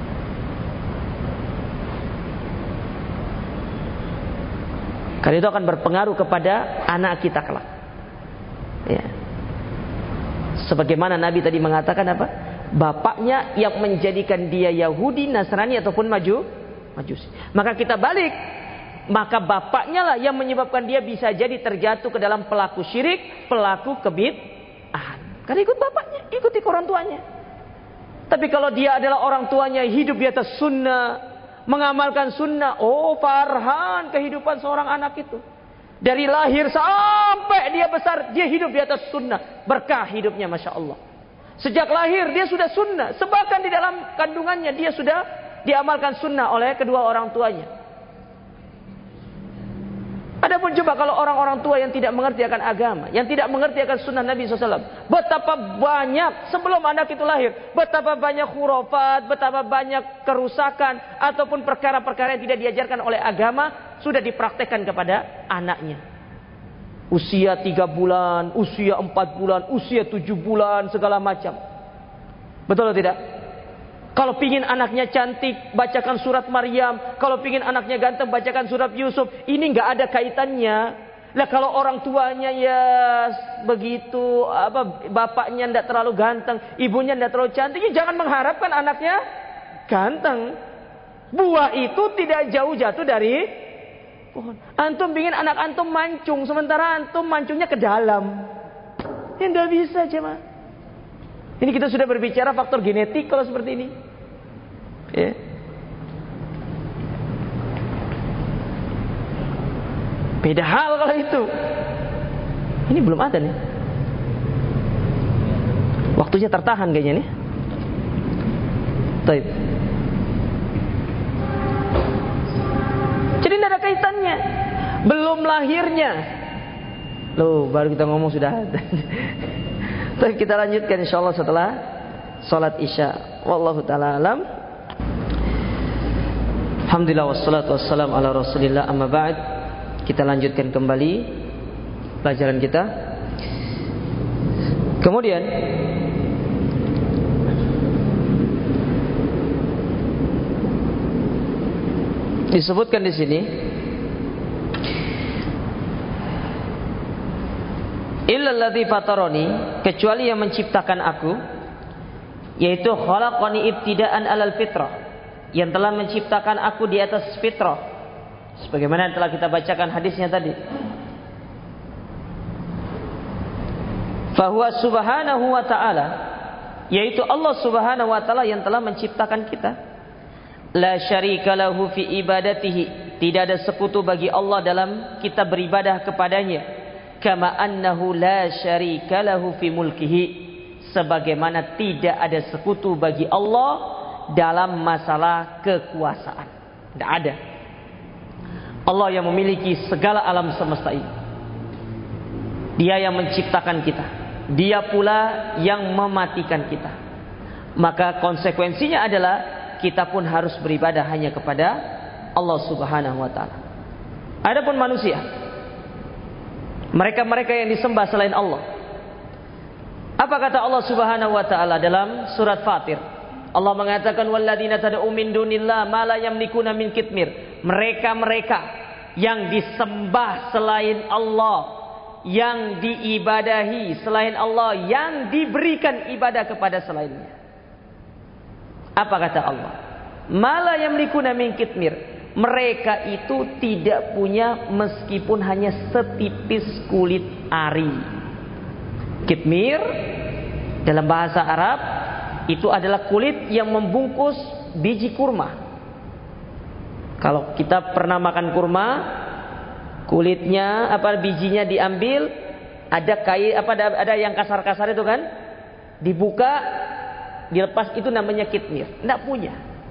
Karena itu akan berpengaruh kepada anak kita kelak. Ya. Sebagaimana Nabi tadi mengatakan apa? Bapaknya yang menjadikan dia Yahudi, Nasrani ataupun maju, Majusi. Maka kita balik, maka bapaknya lah yang menyebabkan dia bisa jadi terjatuh ke dalam pelaku syirik, pelaku kebid'ahan. Karena ikut bapaknya, ikuti orang tuanya. Tapi kalau dia adalah orang tuanya hidup di atas sunnah, mengamalkan sunnah, oh farhan kehidupan seorang anak itu. Dari lahir sampai dia besar, dia hidup di atas sunnah. Berkah hidupnya, masya Allah. Sejak lahir dia sudah sunnah. Sebabkan di dalam kandungannya dia sudah diamalkan sunnah oleh kedua orang tuanya. Adapun coba kalau orang-orang tua yang tidak mengerti akan agama, yang tidak mengerti akan sunnah Nabi shallallahu alaihi wasallam, betapa banyak sebelum anak itu lahir, betapa banyak khurafat, betapa banyak kerusakan ataupun perkara-perkara yang tidak diajarkan oleh agama sudah dipraktekkan kepada anaknya. Usia tiga bulan, usia empat bulan, usia tujuh bulan, segala macam. Betul atau tidak? Kalau pingin anaknya cantik, bacakan surat Maryam. Kalau pingin anaknya ganteng, bacakan surat Yusuf. Ini nggak ada kaitannya. Lah kalau orang tuanya ya begitu, apa bapaknya tidak terlalu ganteng, ibunya tidak terlalu cantik, ya jangan mengharapkan anaknya ganteng. Buah itu tidak jauh jatuh dari pohon. Antum pingin anak antum mancung, sementara antum mancungnya ke dalam. Ya tidak bisa, cema. Ini kita sudah berbicara faktor genetik kalau seperti ini. Ya. Beda hal kalau itu. Ini belum ada nih. Waktunya tertahan kayaknya nih. Baik. kaitannya? Belum lahirnya. Loh, baru kita ngomong sudah. Tapi kita lanjutkan insyaallah setelah salat Isya. Wallahu taala alam. Alhamdulillah wassalatu wassalamu ala Rasulillah, amma ba'd. Kita lanjutkan kembali pelajaran kita. Kemudian disebutkan di sini, illalladzi fatarani, kecuali yang menciptakan aku, yaitu khalaqani ibtidaan alal fitrah, yang telah menciptakan aku di atas fitrah, sebagaimana yang telah kita bacakan hadisnya tadi. Fahuwa subhanahu wa ta'ala, yaitu Allah subhanahu wa ta'ala yang telah menciptakan kita. La syarika lahu fi ibadatihi, tidak ada sekutu bagi Allah dalam kita beribadah kepadanya. Kama annahu la syarika lahu fi mulkihi, sebagaimana tidak ada sekutu bagi Allah dalam masalah kekuasaan. Tidak ada. Allah yang memiliki segala alam semesta ini. Dia yang menciptakan kita. Dia pula yang mematikan kita. Maka konsekuensinya adalah kita pun harus beribadah hanya kepada Allah subhanahu wa ta'ala. Adapun manusia, mereka-mereka yang disembah selain Allah, apa kata Allah subhanahu wa ta'ala dalam surat Fatir? Allah mengatakan, walladzina tad'u min dunillah ma la yamlikuna min kitmir. Mereka-mereka yang disembah selain Allah, yang diibadahi selain Allah, yang diberikan ibadah kepada selainnya. Apa kata Allah? Mala yamlikuna min kitmir. Mereka itu tidak punya meskipun hanya setipis kulit ari. Kitmir dalam bahasa Arab itu adalah kulit yang membungkus biji kurma. Kalau kita pernah makan kurma, kulitnya apa bijinya diambil, ada kain apa ada, ada yang kasar-kasar itu kan, dibuka, dilepas, itu namanya kitmir. Tidak punya.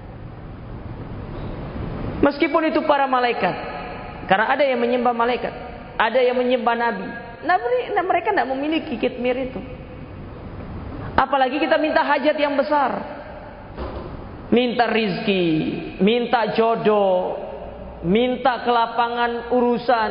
Meskipun itu para malaikat, karena ada yang menyembah malaikat, ada yang menyembah nabi, nah, mereka tidak memiliki kitmir itu. Apalagi kita minta hajat yang besar, minta rizki, minta jodoh, minta kelapangan urusan,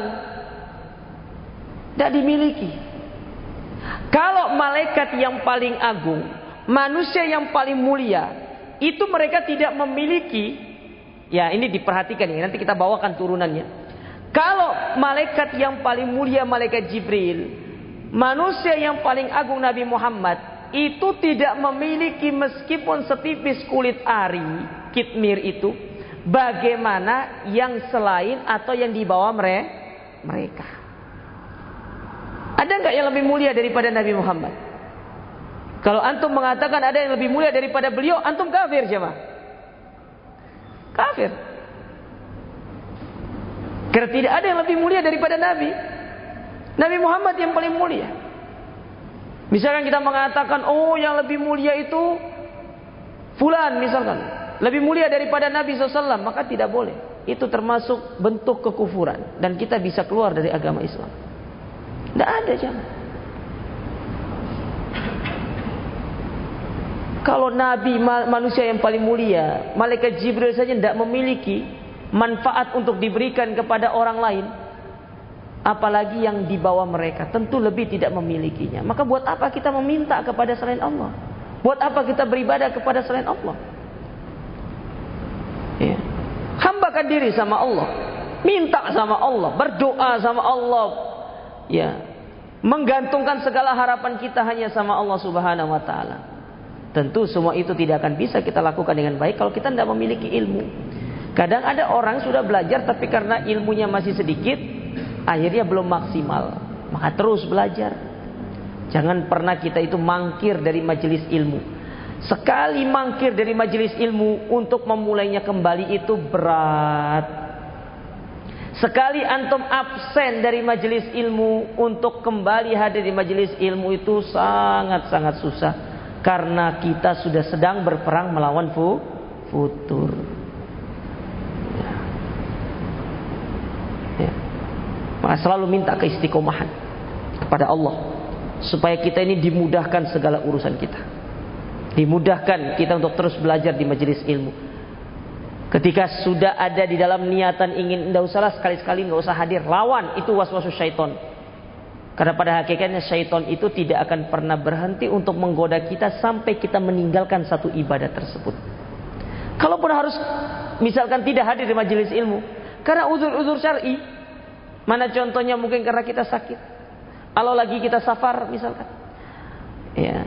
tidak dimiliki. Kalau malaikat yang paling agung, manusia yang paling mulia, itu mereka tidak memiliki. Ya, ini diperhatikan ya, nanti kita bawakan turunannya. Kalau malaikat yang paling mulia, malaikat Jibril, manusia yang paling agung Nabi Muhammad, itu tidak memiliki meskipun setipis kulit ari, kitmir itu, bagaimana yang selain atau yang di bawah mereka? Ada nggak yang lebih mulia daripada Nabi Muhammad? Kalau antum mengatakan ada yang lebih mulia daripada beliau, antum kafir jemaah. Kafir. Karena tidak ada yang lebih mulia daripada Nabi. Nabi Muhammad yang paling mulia. Misalkan kita mengatakan, oh yang lebih mulia itu fulan misalkan, lebih mulia daripada Nabi shallallahu alaihi wasallam, maka tidak boleh. Itu termasuk bentuk kekufuran dan kita bisa keluar dari agama Islam. Tidak ada jemaah. Kalau Nabi manusia yang paling mulia, malaikat Jibril saja tidak memiliki manfaat untuk diberikan kepada orang lain, apalagi yang di bawah mereka, tentu lebih tidak memilikinya. Maka buat apa kita meminta kepada selain Allah? Buat apa kita beribadah kepada selain Allah? Ya. Hambakan diri sama Allah, minta sama Allah, berdoa sama Allah, ya, menggantungkan segala harapan kita hanya sama Allah subhanahu wa ta'ala. Tentu semua itu tidak akan bisa kita lakukan dengan baik kalau kita tidak memiliki ilmu. Kadang ada orang sudah belajar tapi karena ilmunya masih sedikit, akhirnya belum maksimal. Maka terus belajar. Jangan pernah kita itu mangkir dari majelis ilmu. Sekali mangkir dari majelis ilmu, untuk memulainya kembali itu berat. Sekali antum absen dari majelis ilmu, untuk kembali hadir di majelis ilmu itu sangat-sangat susah. Karena kita sudah sedang berperang melawan fu, futur. Ya. Maka selalu minta keistiqomahan kepada Allah supaya kita ini dimudahkan segala urusan kita. Dimudahkan kita untuk terus belajar di majelis ilmu. Ketika sudah ada di dalam niatan ingin, tidak usahlah sekali-sekali nggak usah hadir, lawan itu waswasus syaitan. Karena pada hakikatnya syaitan itu tidak akan pernah berhenti untuk menggoda kita sampai kita meninggalkan satu ibadah tersebut. Kalaupun harus misalkan tidak hadir di majelis ilmu karena uzur-uzur syar'i, mana contohnya mungkin karena kita sakit, kalau lagi kita safar misalkan, ya,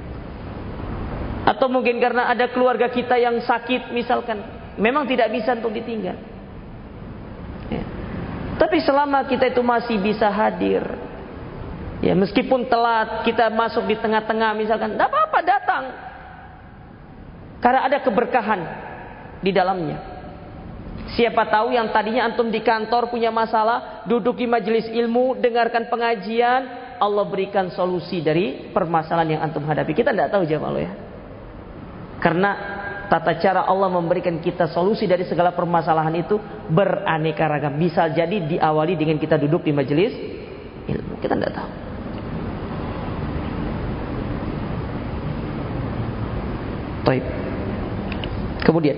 atau mungkin karena ada keluarga kita yang sakit misalkan, memang tidak bisa untuk ditinggal. Ya. Tapi selama kita itu masih bisa hadir, ya meskipun telat kita masuk di tengah-tengah misalkan, tidak apa-apa datang, karena ada keberkahan di dalamnya. Siapa tahu yang tadinya antum di kantor punya masalah, duduk di majelis ilmu, dengarkan pengajian, Allah berikan solusi dari permasalahan yang antum hadapi. Kita tidak tahu jemaah ya. Karena tata cara Allah memberikan kita solusi dari segala permasalahan itu beraneka ragam. Bisa jadi diawali dengan kita duduk di majelis ilmu. Kita tidak tahu. Baik. Kemudian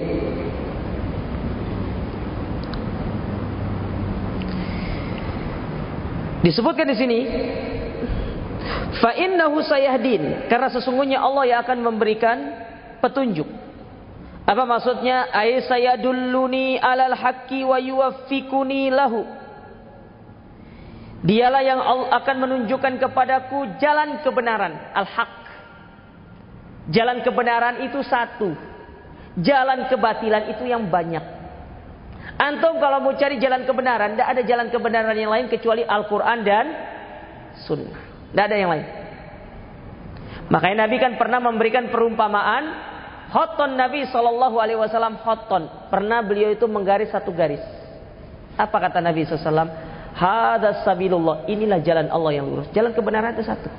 disebutkan di sini, fa innahu sayahdin, karena sesungguhnya Allah yang akan memberikan petunjuk. Apa maksudnya? Ay sayadulluni alal haqqi wa yuwaffiquni lahu. Dialah yang akan menunjukkan kepadaku jalan kebenaran, al-haq. Jalan kebenaran itu satu. Jalan kebatilan itu yang banyak. Antum kalau mau cari jalan kebenaran, tidak ada jalan kebenaran yang lain kecuali Al-Quran dan Sunnah. Tidak ada yang lain. Makanya Nabi kan pernah memberikan perumpamaan. Hoton Nabi shallallahu alaihi wasallam hoton. Pernah beliau itu menggaris satu garis. Apa kata Nabi shallallahu alaihi wasallam? Hadas sabilullah. Inilah jalan Allah yang lurus. Jalan kebenaran itu satu.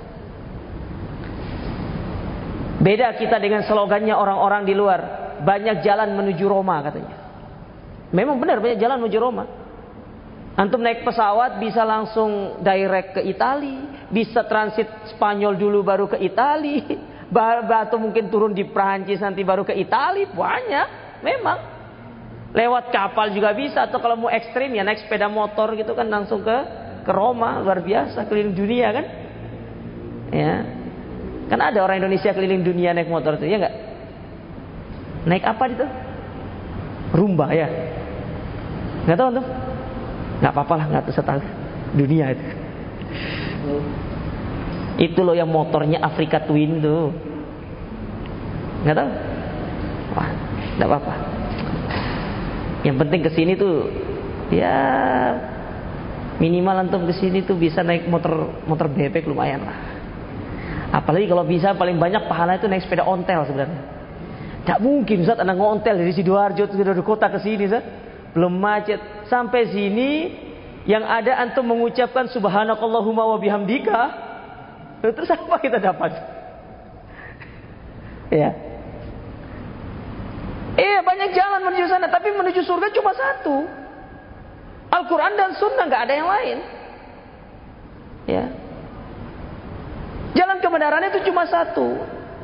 Beda kita dengan slogannya orang-orang di luar. Banyak jalan menuju Roma katanya. Memang benar banyak jalan menuju Roma. Antum naik pesawat bisa langsung direct ke Italia, bisa transit Spanyol dulu baru ke Italia, atau mungkin turun di Perancis nanti baru ke Italia. Banyak, memang. Lewat kapal juga bisa, atau kalau mau ekstrim ya naik sepeda motor gitu kan langsung ke ke Roma, luar biasa, keliling dunia kan? Ya, kan ada orang Indonesia keliling dunia naik motor itu ya nggak? Naik apa itu? Rumba ya. Nggak tahu tuh, nggak apa-apa lah, nggak tahu dunia itu. Itu loh yang motornya Afrika Twin tuh, nggak tahu. Wah, nggak apa-apa. Yang penting kesini tuh, ya minimal antum kesini tuh bisa naik motor motor bebek lumayan lah. Apalagi kalau bisa paling banyak pahala itu naik sepeda ontel sebenarnya. Tidak mungkin Ustaz anak ngontel dari Sidoarjo dari kota ke sini Ustaz. Belum macet sampai sini yang ada antum mengucapkan subhanakallahumma wa bihamdika, terus apa kita dapat? Ya, eh banyak jalan menuju sana, tapi menuju surga cuma satu, Al-Quran dan Sunnah, nggak ada yang lain. Ya, jalan kebenaran itu cuma satu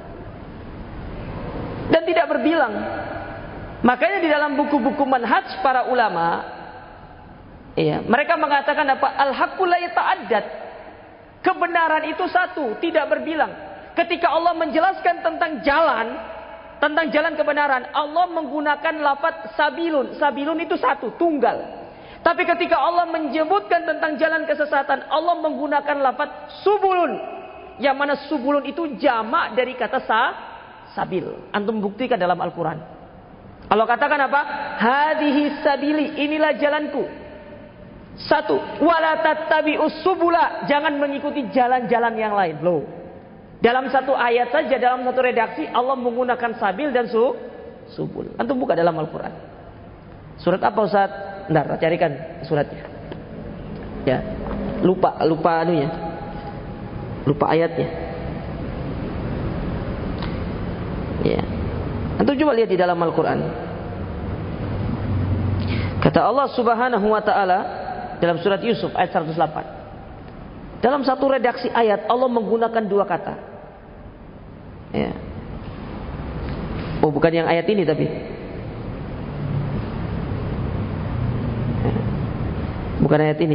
dan tidak berbilang. Makanya di dalam buku-buku manhaj para ulama, ya, mereka mengatakan apa? Al-haqqu la yata'addad. Kebenaran itu satu, tidak berbilang. Ketika Allah menjelaskan tentang jalan, tentang jalan kebenaran, Allah menggunakan lafaz sabilun. Sabilun itu satu, tunggal. Tapi ketika Allah menyebutkan tentang jalan kesesatan, Allah menggunakan lafaz subulun. Yang mana subulun itu jamak dari kata sa, sabil. Antum buktikan dalam Al-Quran. Allah katakan apa? Hadihi sabili, inilah jalanku. Satu, wala tattabi'us subula, jangan mengikuti jalan-jalan yang lain. Loh. Dalam satu ayat saja, dalam satu redaksi Allah menggunakan sabil dan su, subul. Antum buka dalam Al-Quran. Surat apa Ustaz? Bentar, carikan suratnya. Ya. Lupa, lupa anunya. Lupa ayatnya. Ya. Antum coba lihat di dalam Al-Quran. Kata Allah Subhanahu wa ta'ala, dalam surat Yusuf ayat seratus delapan. Dalam satu redaksi ayat Allah menggunakan dua kata. Ya. Oh, bukan yang ayat ini tapi. Ya. Bukan ayat ini.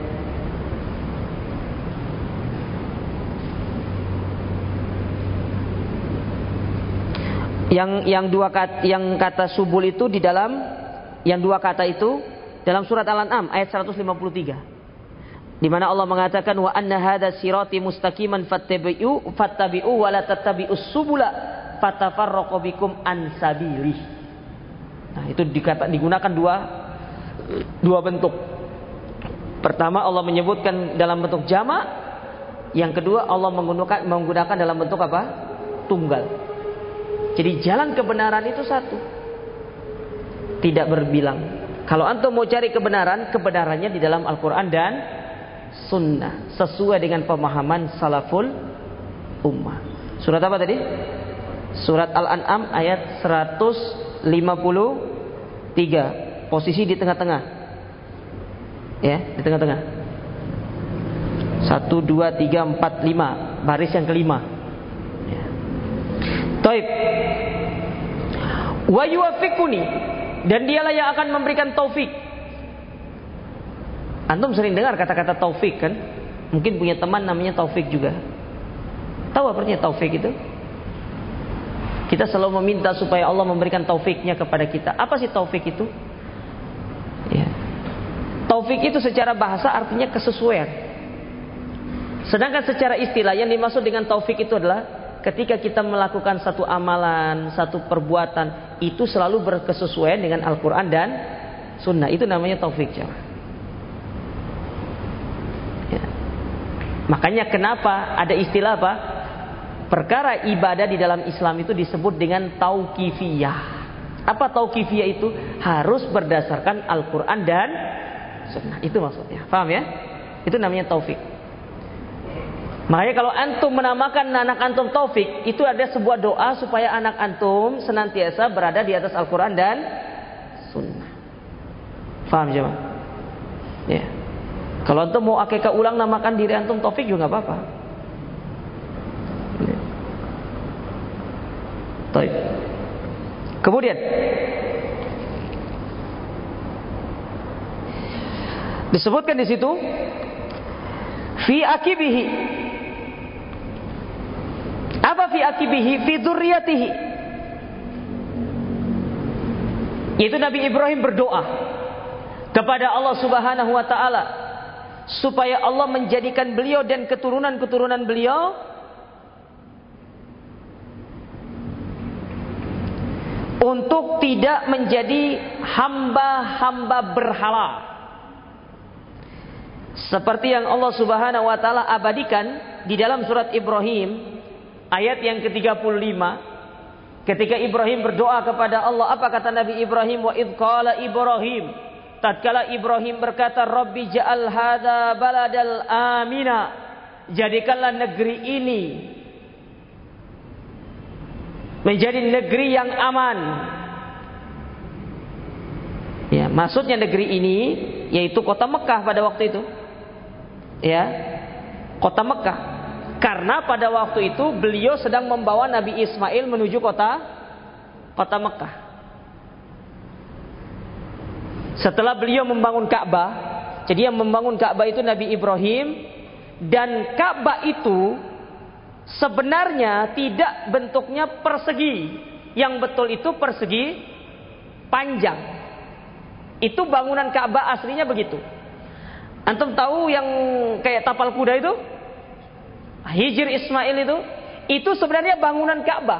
Yang yang dua kata, yang kata subul itu di dalam yang dua kata itu dalam surat Al-An'am ayat seratus lima puluh tiga. Di mana Allah mengatakan wa anna hadza sirati mustaqiman fattabi'u fattabi'u wa la tattabi'us subula fatafarraqu bikum an sabilih. Nah, itu dikata, digunakan dua dua bentuk. Pertama Allah menyebutkan dalam bentuk jamak, yang kedua Allah menggunakan menggunakan dalam bentuk apa? Tunggal. Jadi jalan kebenaran itu satu. Tidak berbilang. Kalau antum mau cari kebenaran, kebenarannya di dalam Al-Qur'an dan Sunnah, sesuai dengan pemahaman salaful ummah. Surat apa tadi? Surat Al-An'am ayat seratus lima puluh tiga. Posisi di tengah-tengah. Ya, di tengah-tengah. Satu, dua, tiga, empat, lima. Baris yang kelima. Ya. Taib. Wa yuwaffiquni, dan dialah yang akan memberikan taufik. Antum sering dengar kata-kata taufik kan? Mungkin punya teman namanya Taufik juga. Tahu apa artinya taufik itu? Kita selalu meminta supaya Allah memberikan taufiknya kepada kita. Apa sih taufik itu? Ya. Taufik itu secara bahasa artinya kesesuaian. Sedangkan secara istilah yang dimaksud dengan taufik itu adalah ketika kita melakukan satu amalan, satu perbuatan, itu selalu berkesesuaian dengan Al-Quran dan Sunnah. Itu namanya taufik, jemaah. Ya. Makanya kenapa ada istilah apa? Perkara ibadah di dalam Islam itu disebut dengan tauqifiyah. Apa tauqifiyah itu? Harus berdasarkan Al-Quran dan Sunnah. Itu maksudnya. Paham ya? Itu namanya taufik. Makanya kalau antum menamakan anak antum taufik, itu ada sebuah doa supaya anak antum senantiasa berada di atas Al-Quran dan Sunnah. Paham jemaah? Ya. Kalau antum mau akikah ulang namakan diri antum taufik juga nggak apa-apa. Ya. Taib. Kemudian disebutkan di situ fi akibihi. Apa fi akibihi? Fi dzurriyyatihi. Yaitu Nabi Ibrahim berdoa kepada Allah Subhanahu wa taala supaya Allah menjadikan beliau dan keturunan-keturunan beliau untuk tidak menjadi hamba-hamba berhala. Seperti yang Allah Subhanahu wa taala abadikan di dalam surat Ibrahim ayat yang ke tiga puluh lima, ketika Ibrahim berdoa kepada Allah, apa kata Nabi Ibrahim? Wa idh qala Ibrahim, tatkala Ibrahim berkata, Rabbi ja'al hadza baladal amina, jadikanlah negeri ini menjadi negeri yang aman. Ya, maksudnya negeri ini yaitu kota Mekah pada waktu itu. Ya, kota Mekah. Karena pada waktu itu beliau sedang membawa Nabi Ismail menuju kota kota Mekah. Setelah beliau membangun Ka'bah, jadi yang membangun Ka'bah itu Nabi Ibrahim, dan Ka'bah itu sebenarnya tidak bentuknya persegi. Yang betul itu persegi panjang. Itu bangunan Ka'bah aslinya begitu. Antum tahu yang kayak tapal kuda itu? Hijr Ismail itu, itu sebenarnya bangunan Ka'bah.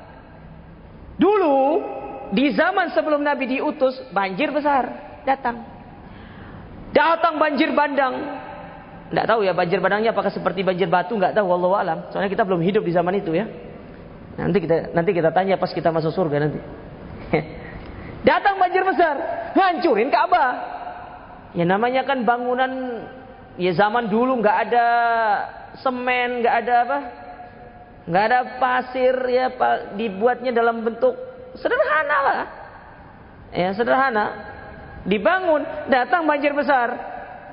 Dulu di zaman sebelum Nabi diutus, banjir besar datang. Datang banjir bandang. Enggak tahu ya banjir bandangnya apakah seperti banjir batu, enggak tahu, wallahu alam. Soalnya kita belum hidup di zaman itu ya. Nanti kita nanti kita tanya pas kita masuk surga nanti. Datang banjir besar, hancurin Ka'bah. Ya namanya kan bangunan ya zaman dulu enggak ada semen, nggak ada apa, nggak ada pasir, ya dibuatnya dalam bentuk sederhana lah, ya sederhana, dibangun, datang banjir besar,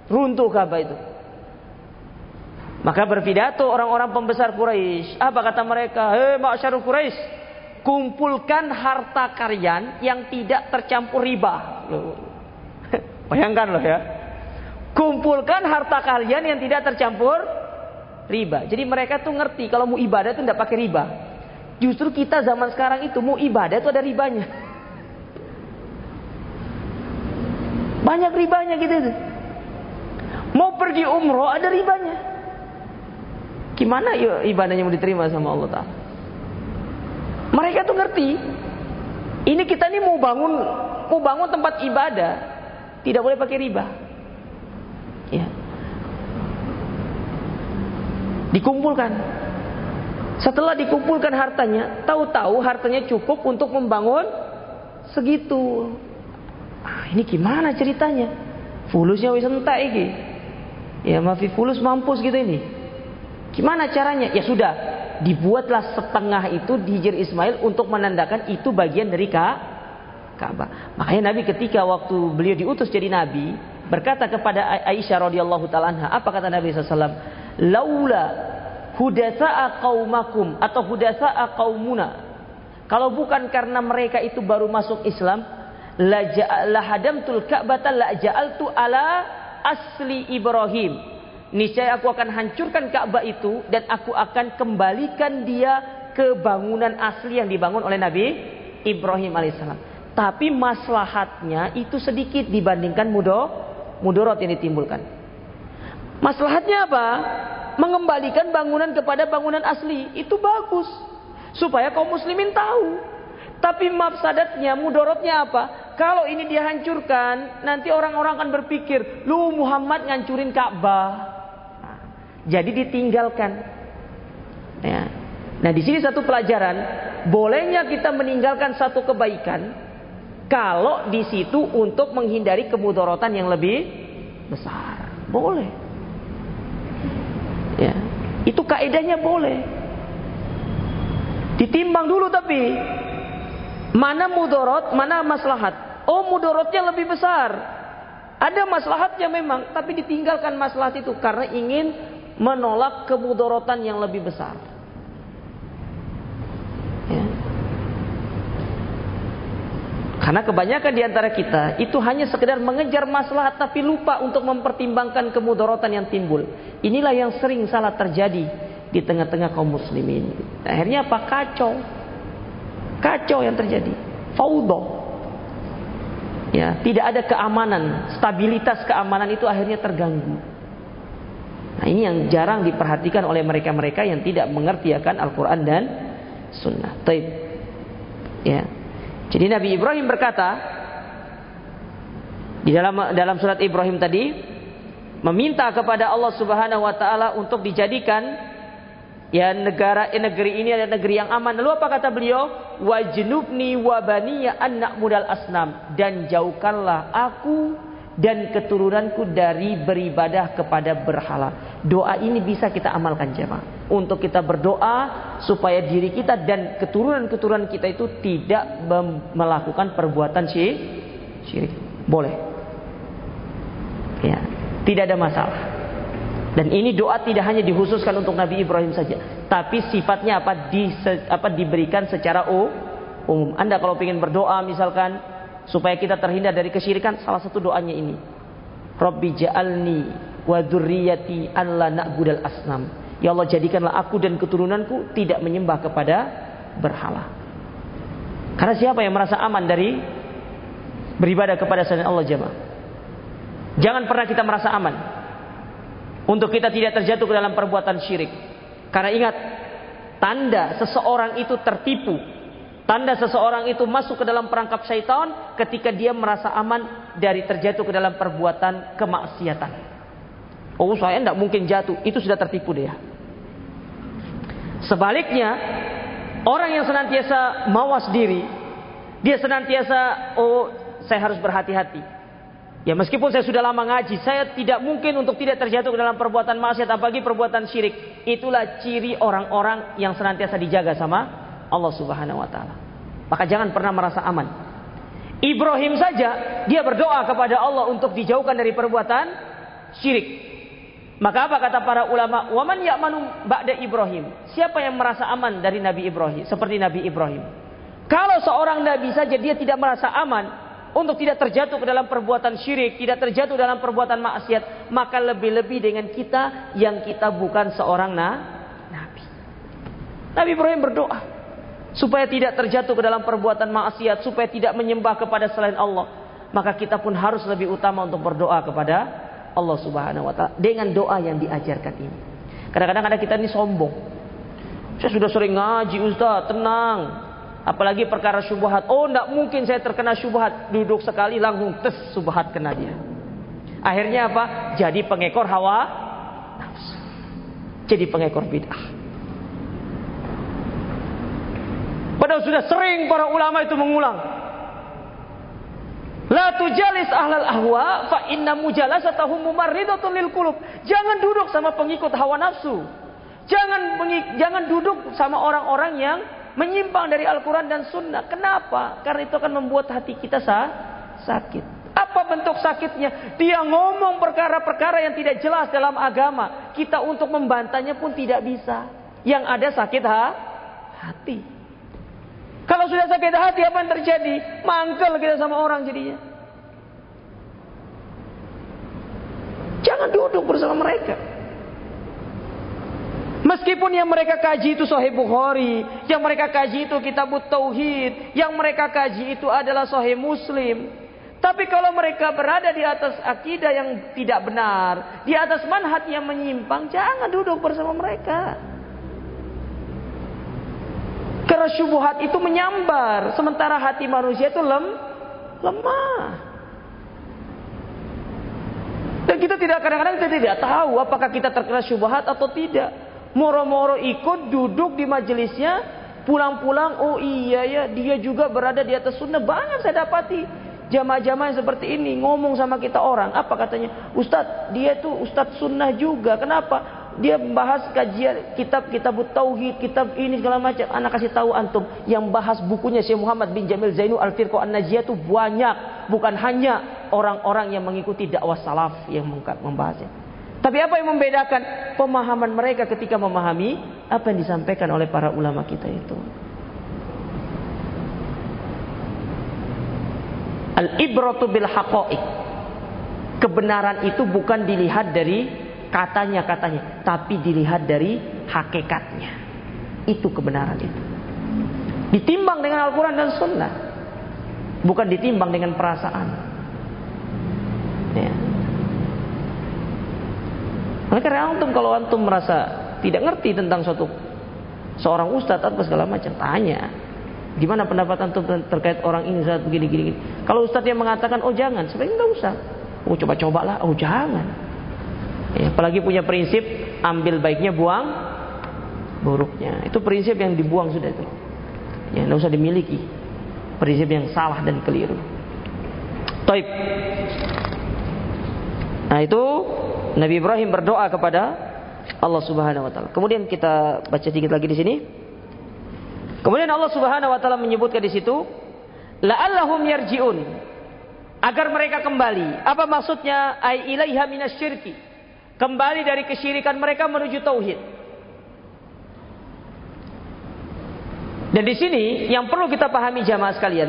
Runtuh Ka'bah itu. Maka berpidato orang-orang pembesar Quraisy. Apa kata mereka? Hei ma'syarul Quraisy, kumpulkan harta kalian yang tidak tercampur riba. Loh. Bayangkan loh ya. Kumpulkan harta kalian yang tidak tercampur riba. Jadi mereka tuh ngerti kalau mau ibadah tuh tidak pakai riba. Justru kita zaman sekarang itu mau ibadah tuh ada ribanya. Banyak ribanya gitu itu. Mau pergi umroh ada ribanya. Gimana ibadahnya mau diterima sama Allah Ta'ala? Mereka tuh ngerti. Ini kita nih mau bangun mau bangun tempat ibadah, tidak boleh pakai riba. Ya. Dikumpulkan. Setelah dikumpulkan hartanya, tahu-tahu hartanya cukup untuk membangun segitu. Ah, ini gimana ceritanya? Fulusnya wis entek iki. Ya mafi fulus mampus gitu ini. Gimana caranya? Ya sudah, dibuatlah setengah itu di Hijr Ismail untuk menandakan itu bagian dari Ka'bah. Makanya Nabi ketika waktu beliau diutus jadi Nabi, berkata kepada Aisyah radhiyallahu ta'ala anha, apa kata Nabi sallallahu alaihi wasallam? Laula hudatsa'a qaumakum atau hudatsa'a qaumuna. Kalau bukan karena mereka itu baru masuk Islam, la hadamtul Ka'bata la ja'altu ala asli Ibrahim. Niscaya aku akan hancurkan Ka'bah itu dan aku akan kembalikan dia ke bangunan asli yang dibangun oleh Nabi Ibrahim alaihissalam. Tapi maslahatnya itu sedikit dibandingkan mudo, mudorot yang ditimbulkan. Maslahatnya apa? Mengembalikan bangunan kepada bangunan asli. Itu bagus. Supaya kaum muslimin tahu. Tapi mafsadatnya, mudorotnya apa? Kalau ini dihancurkan, nanti orang-orang akan berpikir, lu Muhammad ngancurin Ka'bah. Jadi ditinggalkan. Ya. Nah di sini satu pelajaran, bolehnya kita meninggalkan satu kebaikan kalau di situ untuk menghindari kemudorotan yang lebih besar, boleh. Ya, itu kaedahnya boleh. Ditimbang dulu tapi mana mudorot, mana maslahat. Oh mudorotnya lebih besar. Ada maslahatnya memang, tapi ditinggalkan maslahat itu karena ingin menolak kemudorotan yang lebih besar. Ya. Karena kebanyakan di antara kita itu hanya sekedar mengejar maslahat tapi lupa untuk mempertimbangkan kemudorotan yang timbul. Inilah yang sering salah terjadi di tengah-tengah kaum muslimin. Akhirnya apa? Kacau. Kacau yang terjadi. Faudo. Ya, tidak ada keamanan, stabilitas keamanan itu akhirnya terganggu. Nah ini yang jarang diperhatikan oleh mereka-mereka yang tidak mengerti akan Al-Quran dan Sunnah. Taib. Ya. Jadi Nabi Ibrahim berkata di dalam dalam surat Ibrahim tadi, meminta kepada Allah Subhanahu Wa Taala untuk dijadikan ya negara eh, negeri ini adalah negeri yang aman. Lalu apa kata beliau? Wajnubni wa baniya an na'budal asnam, dan jauhkanlah aku dan keturunanku dari beribadah kepada berhala. Doa ini bisa kita amalkan jemaah. Untuk kita berdoa supaya diri kita dan keturunan-keturunan kita itu tidak melakukan perbuatan syirik. Boleh. Ya, tidak ada masalah. Dan ini doa tidak hanya dikhususkan untuk Nabi Ibrahim saja, tapi sifatnya apa, di, apa diberikan secara umum. Anda kalau ingin berdoa misalkan supaya kita terhindar dari kesyirikan, salah satu doanya ini. Rabbi ja'alni wa dzurriyyati an la na'budal asnam. Ya Allah, jadikanlah aku dan keturunanku tidak menyembah kepada berhala. Karena siapa yang merasa aman dari beribadah kepada selain Allah jemaah? Jangan pernah kita merasa aman untuk kita tidak terjatuh ke dalam perbuatan syirik. Karena ingat, tanda seseorang itu tertipu, tanda seseorang itu masuk ke dalam perangkap syaitan ketika dia merasa aman dari terjatuh ke dalam perbuatan kemaksiatan. Oh, saya tidak mungkin jatuh, itu sudah tertipu dia. Sebaliknya, orang yang senantiasa mawas diri, dia senantiasa, oh saya harus berhati-hati. Ya meskipun saya sudah lama ngaji, saya tidak mungkin untuk tidak terjatuh ke dalam perbuatan maksiat, apalagi perbuatan syirik. Itulah ciri orang-orang yang senantiasa dijaga sama Allah Subhanahu wa taala. Maka jangan pernah merasa aman. Ibrahim saja dia berdoa kepada Allah untuk dijauhkan dari perbuatan syirik. Maka apa kata para ulama? Waman ya'manu ba'da Ibrahim. Siapa yang merasa aman dari Nabi Ibrahim? Seperti Nabi Ibrahim. Kalau seorang nabi saja dia tidak merasa aman untuk tidak terjatuh ke dalam perbuatan syirik, tidak terjatuh dalam perbuatan maksiat, maka lebih-lebih dengan kita yang kita bukan seorang nabi. Nabi Ibrahim berdoa supaya tidak terjatuh ke dalam perbuatan maksiat, supaya tidak menyembah kepada selain Allah. Maka kita pun harus lebih utama untuk berdoa kepada Allah Subhanahu wa taala dengan doa yang diajarkan ini. Kadang-kadang ada kita ini sombong. Saya sudah sering ngaji Ustaz, tenang. Apalagi perkara syubhat. Oh, tidak mungkin saya terkena syubhat. Duduk sekali langsung tes syubhat kena dia. Akhirnya apa? Jadi pengekor hawa nafsu. Jadi pengekor bid'ah. Padahal sudah sering para ulama itu mengulang. La tujalis ahlal ahwa fa inna mujalasatahum mumarridatun lil qulub. Jangan duduk sama pengikut hawa nafsu. Jangan jangan duduk sama orang-orang yang menyimpang dari Al-Quran dan Sunnah. Kenapa? Karena itu akan membuat hati kita sah, sakit. Apa bentuk sakitnya? Dia ngomong perkara-perkara yang tidak jelas dalam agama. Kita untuk membantahnya pun tidak bisa. Yang ada sakit ha? hati. Kalau sudah sakit hati, apa yang terjadi? Mangkel kita sama orang jadinya. Jangan duduk bersama mereka. Meskipun yang mereka kaji itu Sahih Bukhari, yang mereka kaji itu Kitabut Tauhid, yang mereka kaji itu adalah Sahih Muslim. Tapi kalau mereka berada di atas akidah yang tidak benar, di atas manhaj yang menyimpang, jangan duduk bersama mereka. Karena syubhat itu menyambar, sementara hati manusia itu lem, lemah. Dan kita tidak kadang-kadang kita tidak tahu apakah kita terkena syubhat atau tidak. Moro-moro ikut duduk di majelisnya, pulang-pulang, oh iya ya, dia juga berada di atas sunnah. Banyak saya dapati jamaah-jamaah yang seperti ini ngomong sama kita orang. Apa katanya? Ustadz, dia tuh ustadz sunnah juga. Kenapa? Dia membahas kajian kitab-kitab tauhid, kitab ini segala macam. Anak kasih tahu antum, yang bahas bukunya Syekh Muhammad bin Jamil Zainu Al-Firqah An-Najiyah itu banyak, bukan hanya orang-orang yang mengikuti dakwah salaf yang membahasnya. Tapi apa yang membedakan? Pemahaman mereka ketika memahami apa yang disampaikan oleh para ulama kita itu. Al-ibratu bil haqa'iq. Kebenaran itu bukan dilihat dari katanya-katanya, tapi dilihat dari hakikatnya. Itu kebenaran itu. Ditimbang dengan Al-Quran dan Sunnah, bukan ditimbang dengan perasaan. Ya. Karena antum, kalau antum merasa tidak ngerti tentang suatu seorang ustadz atau segala macam, tanya gimana pendapat antum terkait orang ini saat begini gini. Kalau ustadz yang mengatakan oh jangan, sebaiknya nggak usah. Oh coba-cobalah, oh jangan. Ya, apalagi punya prinsip ambil baiknya, buang buruknya. Itu prinsip yang dibuang sudah itu. Ya, nggak usah dimiliki. Prinsip yang salah dan keliru. Taib. Nah itu Nabi Ibrahim berdoa kepada Allah Subhanahu wa taala. Kemudian kita baca sedikit lagi di sini. Kemudian Allah Subhanahu wa taala menyebutkan di situ, la'allahum yarji'un, agar mereka kembali. Apa maksudnya? Ai ilaiha minasyirki. Kembali dari kesyirikan mereka menuju tauhid. Dan di sini yang perlu kita pahami jamaah sekalian,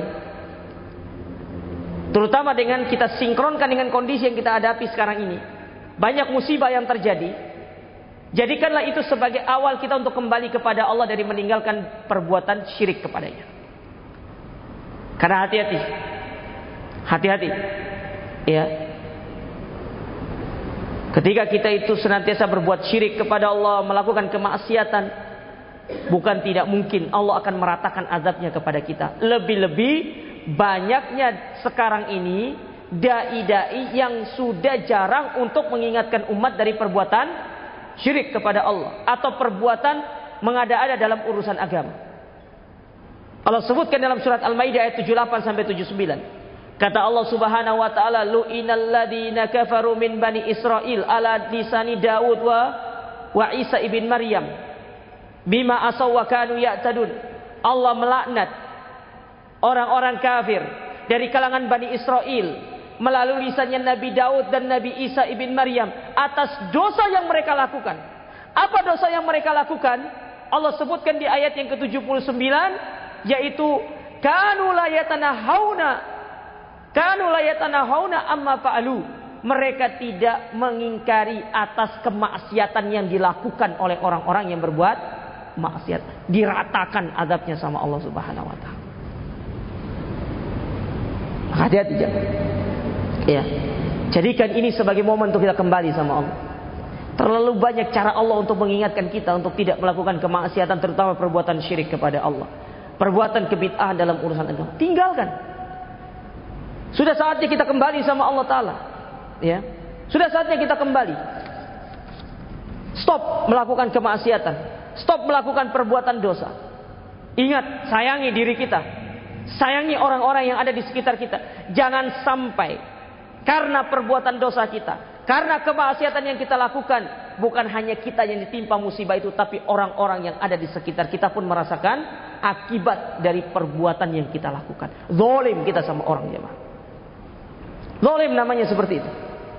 terutama dengan kita sinkronkan dengan kondisi yang kita hadapi sekarang ini. Banyak musibah yang terjadi. Jadikanlah itu sebagai awal kita untuk kembali kepada Allah dari meninggalkan perbuatan syirik kepadanya. Karena hati-hati. Hati-hati. Ya. Ketika kita itu senantiasa berbuat syirik kepada Allah, melakukan kemaksiatan, bukan tidak mungkin Allah akan meratakan azabnya kepada kita. Lebih-lebih banyaknya sekarang ini dai-dai yang sudah jarang untuk mengingatkan umat dari perbuatan syirik kepada Allah atau perbuatan mengada-ada dalam urusan agama. Allah sebutkan dalam surat Al-Maidah ayat tujuh puluh delapan sampai tujuh puluh sembilan. Kata Allah Subhanahu wa taala, lu'inal ladzina kafaru min bani Israil ala lisani Daud wa wa Isa ibn Maryam bima asaw wa kanu ya'tadun. Allah melaknat orang-orang kafir dari kalangan Bani Israel melalui lisannya Nabi Daud dan Nabi Isa ibn Maryam atas dosa yang mereka lakukan. Apa dosa yang mereka lakukan? Allah sebutkan di ayat yang ke tujuh puluh sembilan, yaitu kanu la yatanahawna kanu la yatanahawna amma fa'alu. Mereka tidak mengingkari atas kemaksiatan yang dilakukan oleh orang-orang yang berbuat maksiat. Diratakan azabnya sama Allah Subhanahu wa taala. Hati-hati jangan. Ya. Jadikan ini sebagai momen untuk kita kembali sama Allah. Terlalu banyak cara Allah untuk mengingatkan kita untuk tidak melakukan kemaksiatan, terutama perbuatan syirik kepada Allah. Perbuatan kebid'ahan dalam urusan agama. Tinggalkan. Sudah saatnya kita kembali sama Allah Ta'ala. Ya. Sudah saatnya kita kembali. Stop melakukan kemaksiatan. Stop melakukan perbuatan dosa. Ingat, sayangi diri kita. Sayangi orang-orang yang ada di sekitar kita. Jangan sampai karena perbuatan dosa kita, karena kemaksiatan yang kita lakukan, bukan hanya kita yang ditimpa musibah itu, tapi orang-orang yang ada di sekitar kita pun merasakan akibat dari perbuatan yang kita lakukan. Zalim kita sama orang, jemaah. Zalim namanya seperti itu.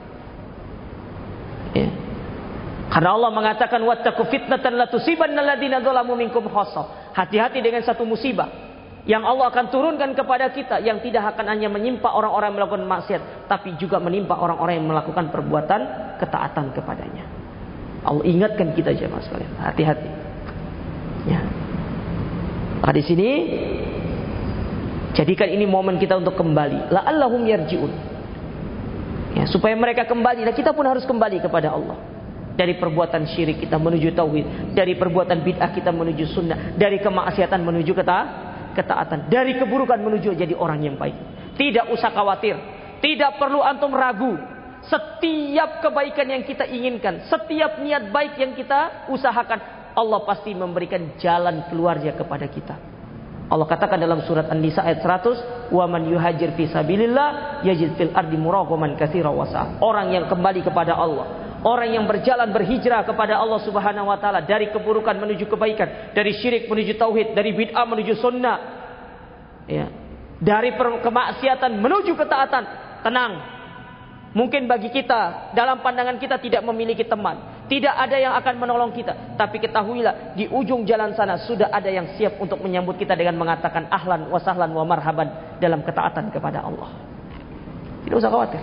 Ya. Karena Allah mengatakan wattaqu fitnatan la tusibanna alladziina dzalamu minkum khassah. Hati-hati dengan satu musibah yang Allah akan turunkan kepada kita, yang tidak akan hanya menimpa orang-orang yang melakukan maksiat, tapi juga menimpa orang-orang yang melakukan perbuatan ketaatan kepadanya. Allah ingatkan kita jemaah sekalian, hati-hati. Ya. Nah, di sini jadikan ini momen kita untuk kembali. La'allahum yarji'un. Ya, supaya mereka kembali, dan kita pun harus kembali kepada Allah. Dari perbuatan syirik kita menuju tauhid, dari perbuatan bid'ah kita menuju sunnah, dari kemaksiatan menuju keta ketaatan, dari keburukan menuju jadi orang yang baik. Tidak usah khawatir, tidak perlu antum ragu. Setiap kebaikan yang kita inginkan, setiap niat baik yang kita usahakan, Allah pasti memberikan jalan keluarnya kepada kita. Allah katakan dalam surat An-Nisa ayat seratus, "Wa man yuhajir fi sabilillah yajid fil ardi muraqaman katsiran wa sa'a." Orang yang kembali kepada Allah, orang yang berjalan berhijrah kepada Allah Subhanahu wa taala, dari keburukan menuju kebaikan, dari syirik menuju tauhid, dari bid'ah menuju sunnah, ya, dari kemaksiatan menuju ketaatan. Tenang. Mungkin bagi kita, dalam pandangan kita tidak memiliki teman, tidak ada yang akan menolong kita, tapi ketahuilah di ujung jalan sana sudah ada yang siap untuk menyambut kita dengan mengatakan ahlan wa sahlan wa marhaban dalam ketaatan kepada Allah. Tidak usah khawatir.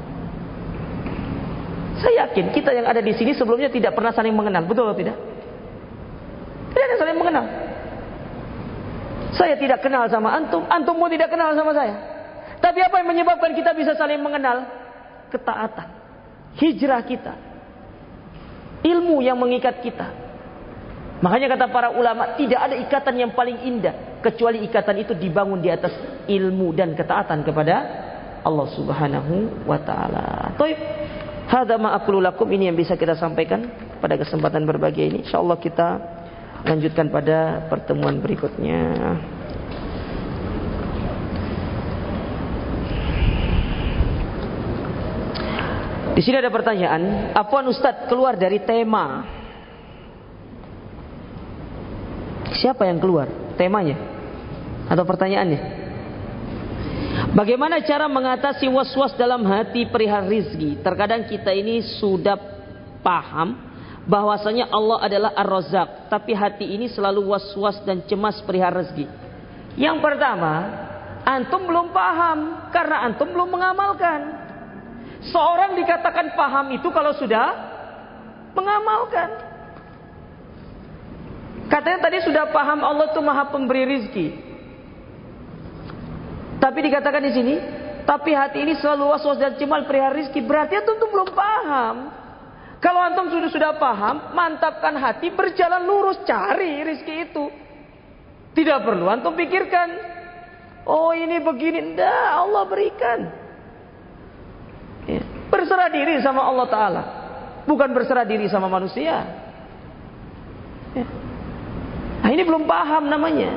Saya yakin kita yang ada di sini sebelumnya tidak pernah saling mengenal, betul atau tidak? Tidak ada saling mengenal. Saya tidak kenal sama antum, antum pun tidak kenal sama saya. Tapi apa yang menyebabkan kita bisa saling mengenal? Ketaatan, hijrah kita, ilmu yang mengikat kita. Makanya kata para ulama, tidak ada ikatan yang paling indah kecuali ikatan itu dibangun di atas ilmu dan ketaatan kepada Allah Subhanahu wa taala. Baik. Hadza ma aqulu lakum, ini yang bisa kita sampaikan pada kesempatan berbahagia ini. Insyaallah kita lanjutkan pada pertemuan berikutnya. Di sini ada pertanyaan, apaan Ustadz keluar dari tema? Siapa yang keluar? Temanya? Atau pertanyaannya? Bagaimana cara mengatasi was-was dalam hati perihal rizki? Terkadang kita ini sudah paham bahwasanya Allah adalah Ar-Razzaq, tapi hati ini selalu was-was dan cemas perihal rezeki. Yang pertama, antum belum paham karena antum belum mengamalkan. Seorang dikatakan paham itu kalau sudah mengamalkan. Katanya tadi sudah paham Allah itu Maha Pemberi rizki. Tapi dikatakan di sini, tapi hati ini selalu was-was dan cemas perihal rizki. Berarti antum tuh belum paham. Kalau antum sudah sudah paham, mantapkan hati, berjalan lurus cari rizki itu. Tidak perlu antum pikirkan, oh ini begini, enggak, Allah berikan. Ya. Berserah diri sama Allah Ta'ala, bukan berserah diri sama manusia. Ya. Nah ini belum paham namanya.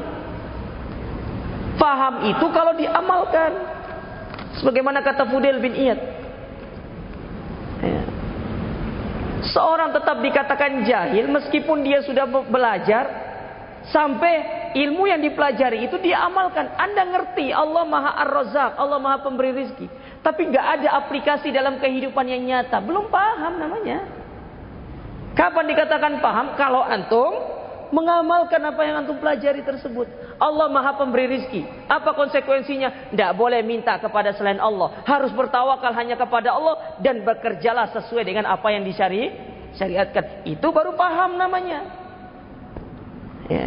Paham itu kalau diamalkan, sebagaimana kata Fudail bin Iyad. Ya. Seorang tetap dikatakan jahil meskipun dia sudah belajar sampai ilmu yang dipelajari itu dia amalkan. Anda ngerti Allah Maha Ar-Razzaq, Allah Maha Pemberi rizki, tapi nggak ada aplikasi dalam kehidupan yang nyata, belum paham namanya. Kapan dikatakan paham? Kalau antum mengamalkan apa yang antum pelajari tersebut. Allah Maha Pemberi rizki. Apa konsekuensinya? Tidak boleh minta kepada selain Allah. Harus bertawakal hanya kepada Allah dan bekerjalah sesuai dengan apa yang disyari syariatkan. Itu baru paham namanya. Ya.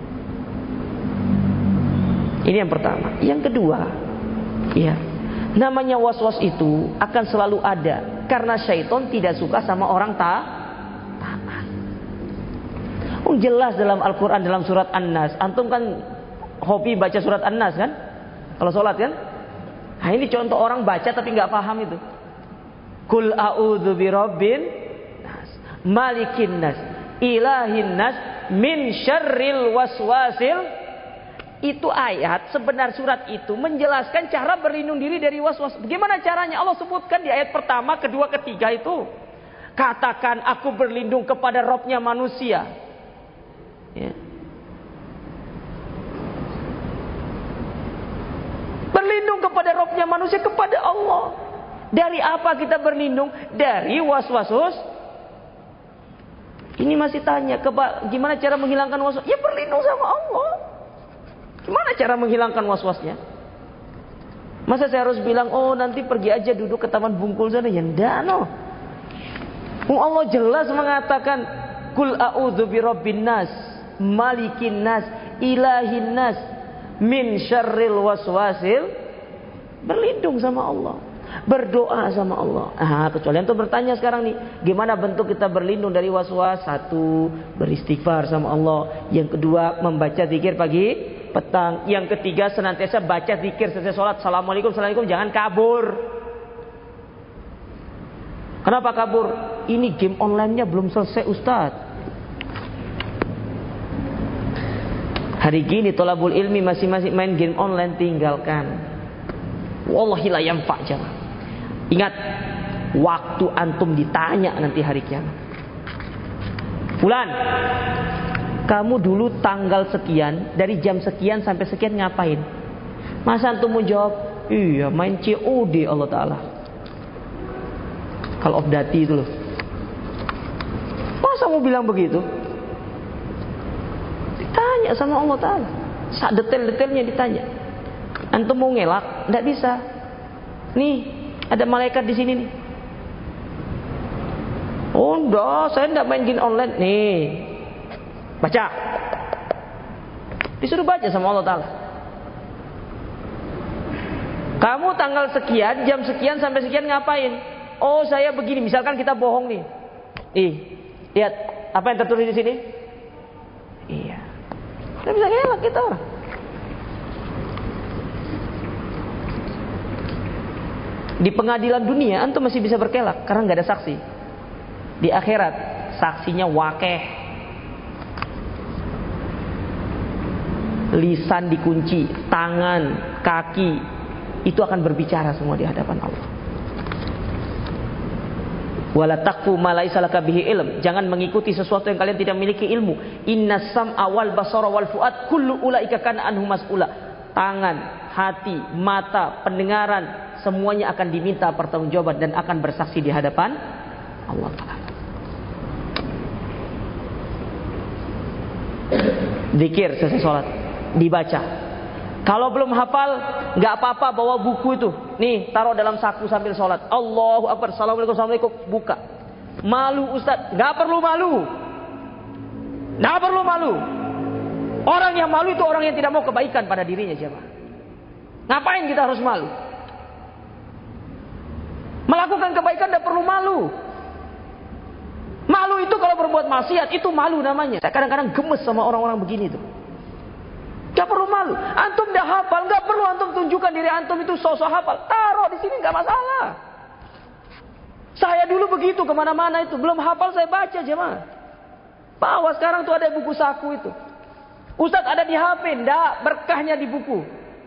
Ini yang pertama. Yang kedua, ya, namanya was-was itu akan selalu ada karena syaitan tidak suka sama orang ta taat. Oh, jelas dalam Al-Quran dalam surat An-Nas. Antum kan hobi baca surat An-Nas kan? Kalau sholat kan? Nah, ini contoh orang baca tapi nggak paham itu. Kul a'udzu birabbin nas, malikin nas, ilahin nas, min syarril waswasil. Itu ayat, sebenar surat itu menjelaskan cara berlindung diri dari waswas. Bagaimana caranya? Allah sebutkan di ayat pertama, kedua, ketiga itu. Katakan aku berlindung kepada Robnya manusia. Ya. Berlindung kepada Robnya manusia, kepada Allah. Dari apa kita berlindung? Dari waswasus. Ini masih tanya, gimana cara menghilangkan waswas? Ya berlindung sama Allah. Gimana cara menghilangkan waswasnya? Masa saya harus bilang, oh nanti pergi aja duduk ke Taman Bungkul sana? Ya enggak, no. Allah jelas mengatakan, Kul a'udzu birabbin nas, malikin nas, ilahin nas, min syarril waswasil. Berlindung sama Allah, berdoa sama Allah. Ah, kecuali antum bertanya sekarang nih, gimana bentuk kita berlindung dari waswas? Satu, beristighfar sama Allah. Yang kedua, membaca zikir pagi petang. Yang ketiga, senantiasa baca zikir selesai sholat. Assalamualaikum, assalamualaikum. Jangan kabur. Kenapa kabur? Ini game online-nya belum selesai, Ustaz. Hari gini tolabul ilmi masing-masing main game online, tinggalkan. Wallahi la yanfa' jamaah. Ingat, waktu antum ditanya nanti hari kiamat. Fulan, kamu dulu tanggal sekian, dari jam sekian sampai sekian ngapain? Masa antum mau jawab, iya main C O D Allah Ta'ala. Call of Duty itu loh. Masa mau bilang begitu? Ditanya sama Allah Ta'ala. Sak detail-detailnya ditanya. Antum mau ngelak? Tidak bisa. Nih, ada malaikat di sini nih. Oh enggak, saya tidak main game online. Nih, baca. Disuruh baca sama Allah Ta'ala. Kamu tanggal sekian, jam sekian sampai sekian ngapain? Oh saya begini. Misalkan kita bohong nih. Ih, lihat apa yang tertulis di sini. Iya. Kita bisa ngelak kita orang. Di pengadilan dunia antum masih bisa berkelak karena nggak ada saksi. Di akhirat saksinya wakeh. Lisan dikunci, tangan, kaki itu akan berbicara semua di hadapan Allah. Wala taqfu ma laisa laka bihi ilm. Jangan mengikuti sesuatu yang kalian tidak memiliki ilmu. Innas sam'a wal basara wal fuad kullu ulaika kana anhu mas'ula. Tangan, hati, mata, pendengaran semuanya akan diminta pertanggungjawaban dan akan bersaksi di hadapan Allah Ta'ala. Zikir selesai sholat dibaca. Kalau belum hafal nggak apa-apa, bawa buku itu. Nih, taruh dalam saku sambil sholat. Allahu Akbar, Assalamualaikum, Assalamualaikum. Buka. Malu Ustaz? Nggak perlu malu. Nggak perlu malu. Orang yang malu itu orang yang tidak mau kebaikan pada dirinya, siapa? Ngapain kita harus malu? Melakukan kebaikan tidak perlu malu. Malu itu kalau berbuat maksiat, itu malu namanya. Saya kadang-kadang gemes sama orang-orang begini tuh. Gak perlu malu. Antum dah hafal, gak perlu antum tunjukkan diri antum itu sosok hafal. Taruh di sini gak masalah. Saya dulu begitu kemana-mana itu, belum hafal saya baca jemaah. Bawa sekarang tuh ada buku saku itu. Ustaz ada di H P, ndak, berkahnya di buku.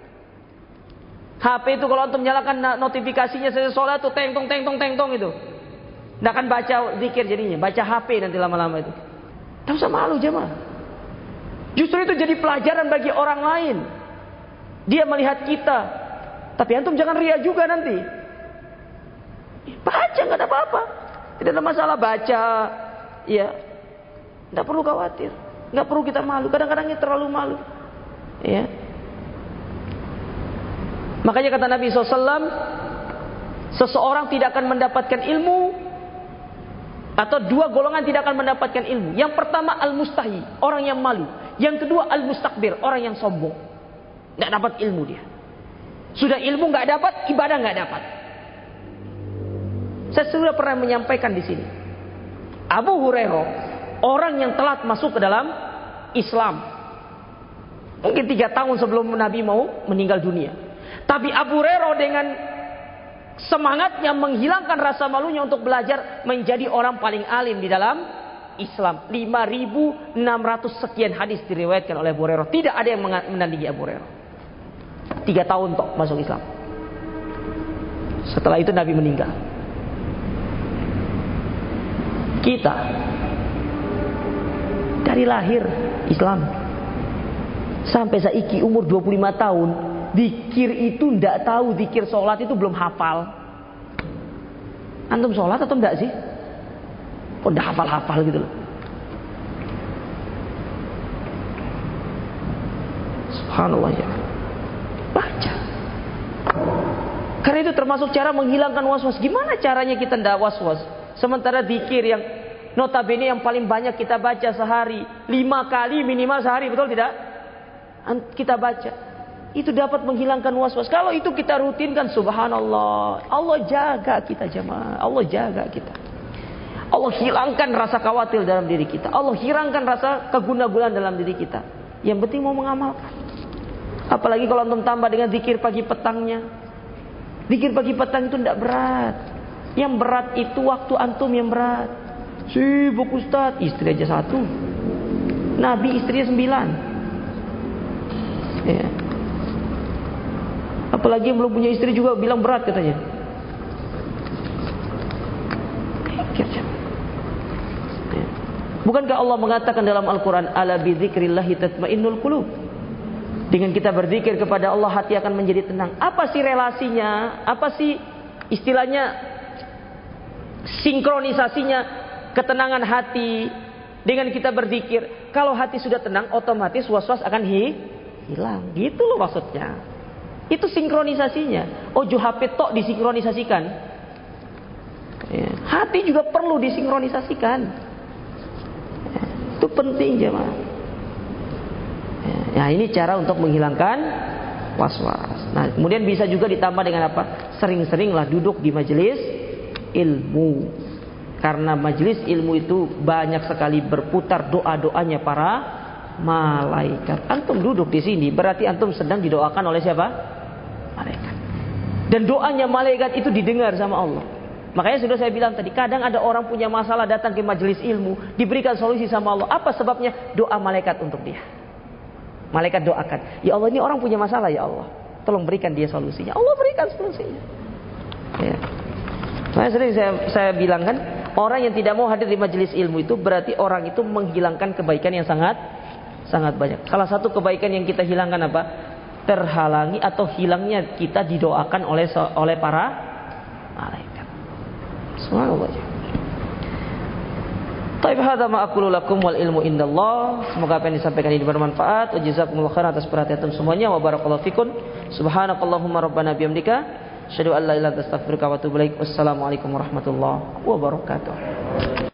H P itu kalau antum nyalakan notifikasinya saya sholat tuh teng-tong teng-tong teng-tong itu. Ndak akan baca zikir jadinya, baca H P nanti lama-lama itu. Tak usah malu jemaah. Justru itu jadi pelajaran bagi orang lain. Dia melihat kita, tapi antum jangan ria juga nanti. Baca, nggak ada apa-apa, tidak ada masalah baca, ya, nggak perlu khawatir, nggak perlu kita malu. Kadang-kadang kita terlalu malu, ya. Makanya kata Nabi shallallahu alaihi wasallam, seseorang tidak akan mendapatkan ilmu, atau dua golongan tidak akan mendapatkan ilmu. Yang pertama al-mustahi, orang yang malu. Yang kedua al-mustakbir, orang yang sombong. Nggak dapat ilmu dia. Sudah ilmu nggak dapat, ibadah nggak dapat. Saya sudah pernah menyampaikan di sini. Abu Hurairah, orang yang telat masuk ke dalam Islam, mungkin tiga tahun sebelum Nabi mau meninggal dunia. Tapi Abu Hurairah dengan semangatnya menghilangkan rasa malunya untuk belajar, menjadi orang paling alim di dalam Islam. lima ribu enam ratus sekian hadis diriwayatkan oleh Abu Hurairah. Tidak ada yang menandingi Abu Hurairah. Tiga tahun tok masuk Islam. Setelah itu Nabi meninggal. Kita dari lahir Islam sampai saiki umur dua puluh lima tahun, zikir itu ndak tahu, zikir sholat itu belum hafal. Antum sholat atau enggak sih? Kok udah hafal-hafal gitu loh. Subhanallah ya. Baca. Karena itu termasuk cara menghilangkan was-was. Gimana caranya kita ndak was-was? Sementara zikir yang notabene yang paling banyak kita baca sehari, lima kali minimal sehari, betul tidak? Kita baca. Itu dapat menghilangkan was-was. Kalau itu kita rutinkan, subhanallah, Allah jaga kita jemaah. Allah jaga kita. Allah hilangkan rasa khawatir dalam diri kita. Allah hilangkan rasa keguna-gunaan dalam diri kita. Yang penting mau mengamalkan. Apalagi kalau antum tambah dengan zikir pagi petangnya. Zikir pagi petang itu tidak berat. Yang berat itu waktu antum yang berat. Sibuk Ustaz, istri aja satu. Nabi istrinya sembilan. Ya. Apalagi yang belum punya istri juga bilang berat katanya. Bukankah Allah mengatakan dalam Al-Quran, ala bidzikrillahi tatmainnul qulub. Dengan kita berzikir kepada Allah, hati akan menjadi tenang. Apa sih relasinya? Apa sih istilahnya sinkronisasinya ketenangan hati dengan kita berzikir? Kalau hati sudah tenang, otomatis was-was akan hi hilang. Gitu loh maksudnya. Itu sinkronisasinya. Oh, H P tok disinkronisasikan. Ya. Hati juga perlu disinkronisasikan. Ya. Itu penting jemaah. Ya, ini cara untuk menghilangkan was-was. Nah, kemudian bisa juga ditambah dengan apa? Sering-seringlah duduk di majelis ilmu. Karena majelis ilmu itu banyak sekali berputar doa-doanya para malaikat. Antum duduk di sini berarti antum sedang didoakan oleh siapa? Malaikat. Dan doanya malaikat itu didengar sama Allah. Makanya sudah saya bilang tadi, kadang ada orang punya masalah datang ke majelis ilmu, diberikan solusi sama Allah. Apa sebabnya? Doa malaikat untuk dia. Malaikat doakan, ya Allah, ini orang punya masalah, ya Allah, tolong berikan dia solusinya. Allah berikan solusinya. Ya. Nah, sering saya, saya bilang kan, orang yang tidak mau hadir di majelis ilmu itu berarti orang itu menghilangkan kebaikan yang sangat sangat banyak. Salah satu kebaikan yang kita hilangkan apa? Terhalangi atau hilangnya kita didoakan oleh oleh para malaikat. Subhanallah. Taib hadza ma aqulu lakum wal ilmu indallah. Semoga apa yang disampaikan ini bermanfaat. Wa jazakumullahu khairan atas perhatian semuanya. Wa barakallahu fikum. Subhanakallahumma rabbana bihamdika asyhadu an la ilaha illa anta astaghfiruka wa atubu ilaik. Wassalamualaikum warahmatullahi wabarakatuh.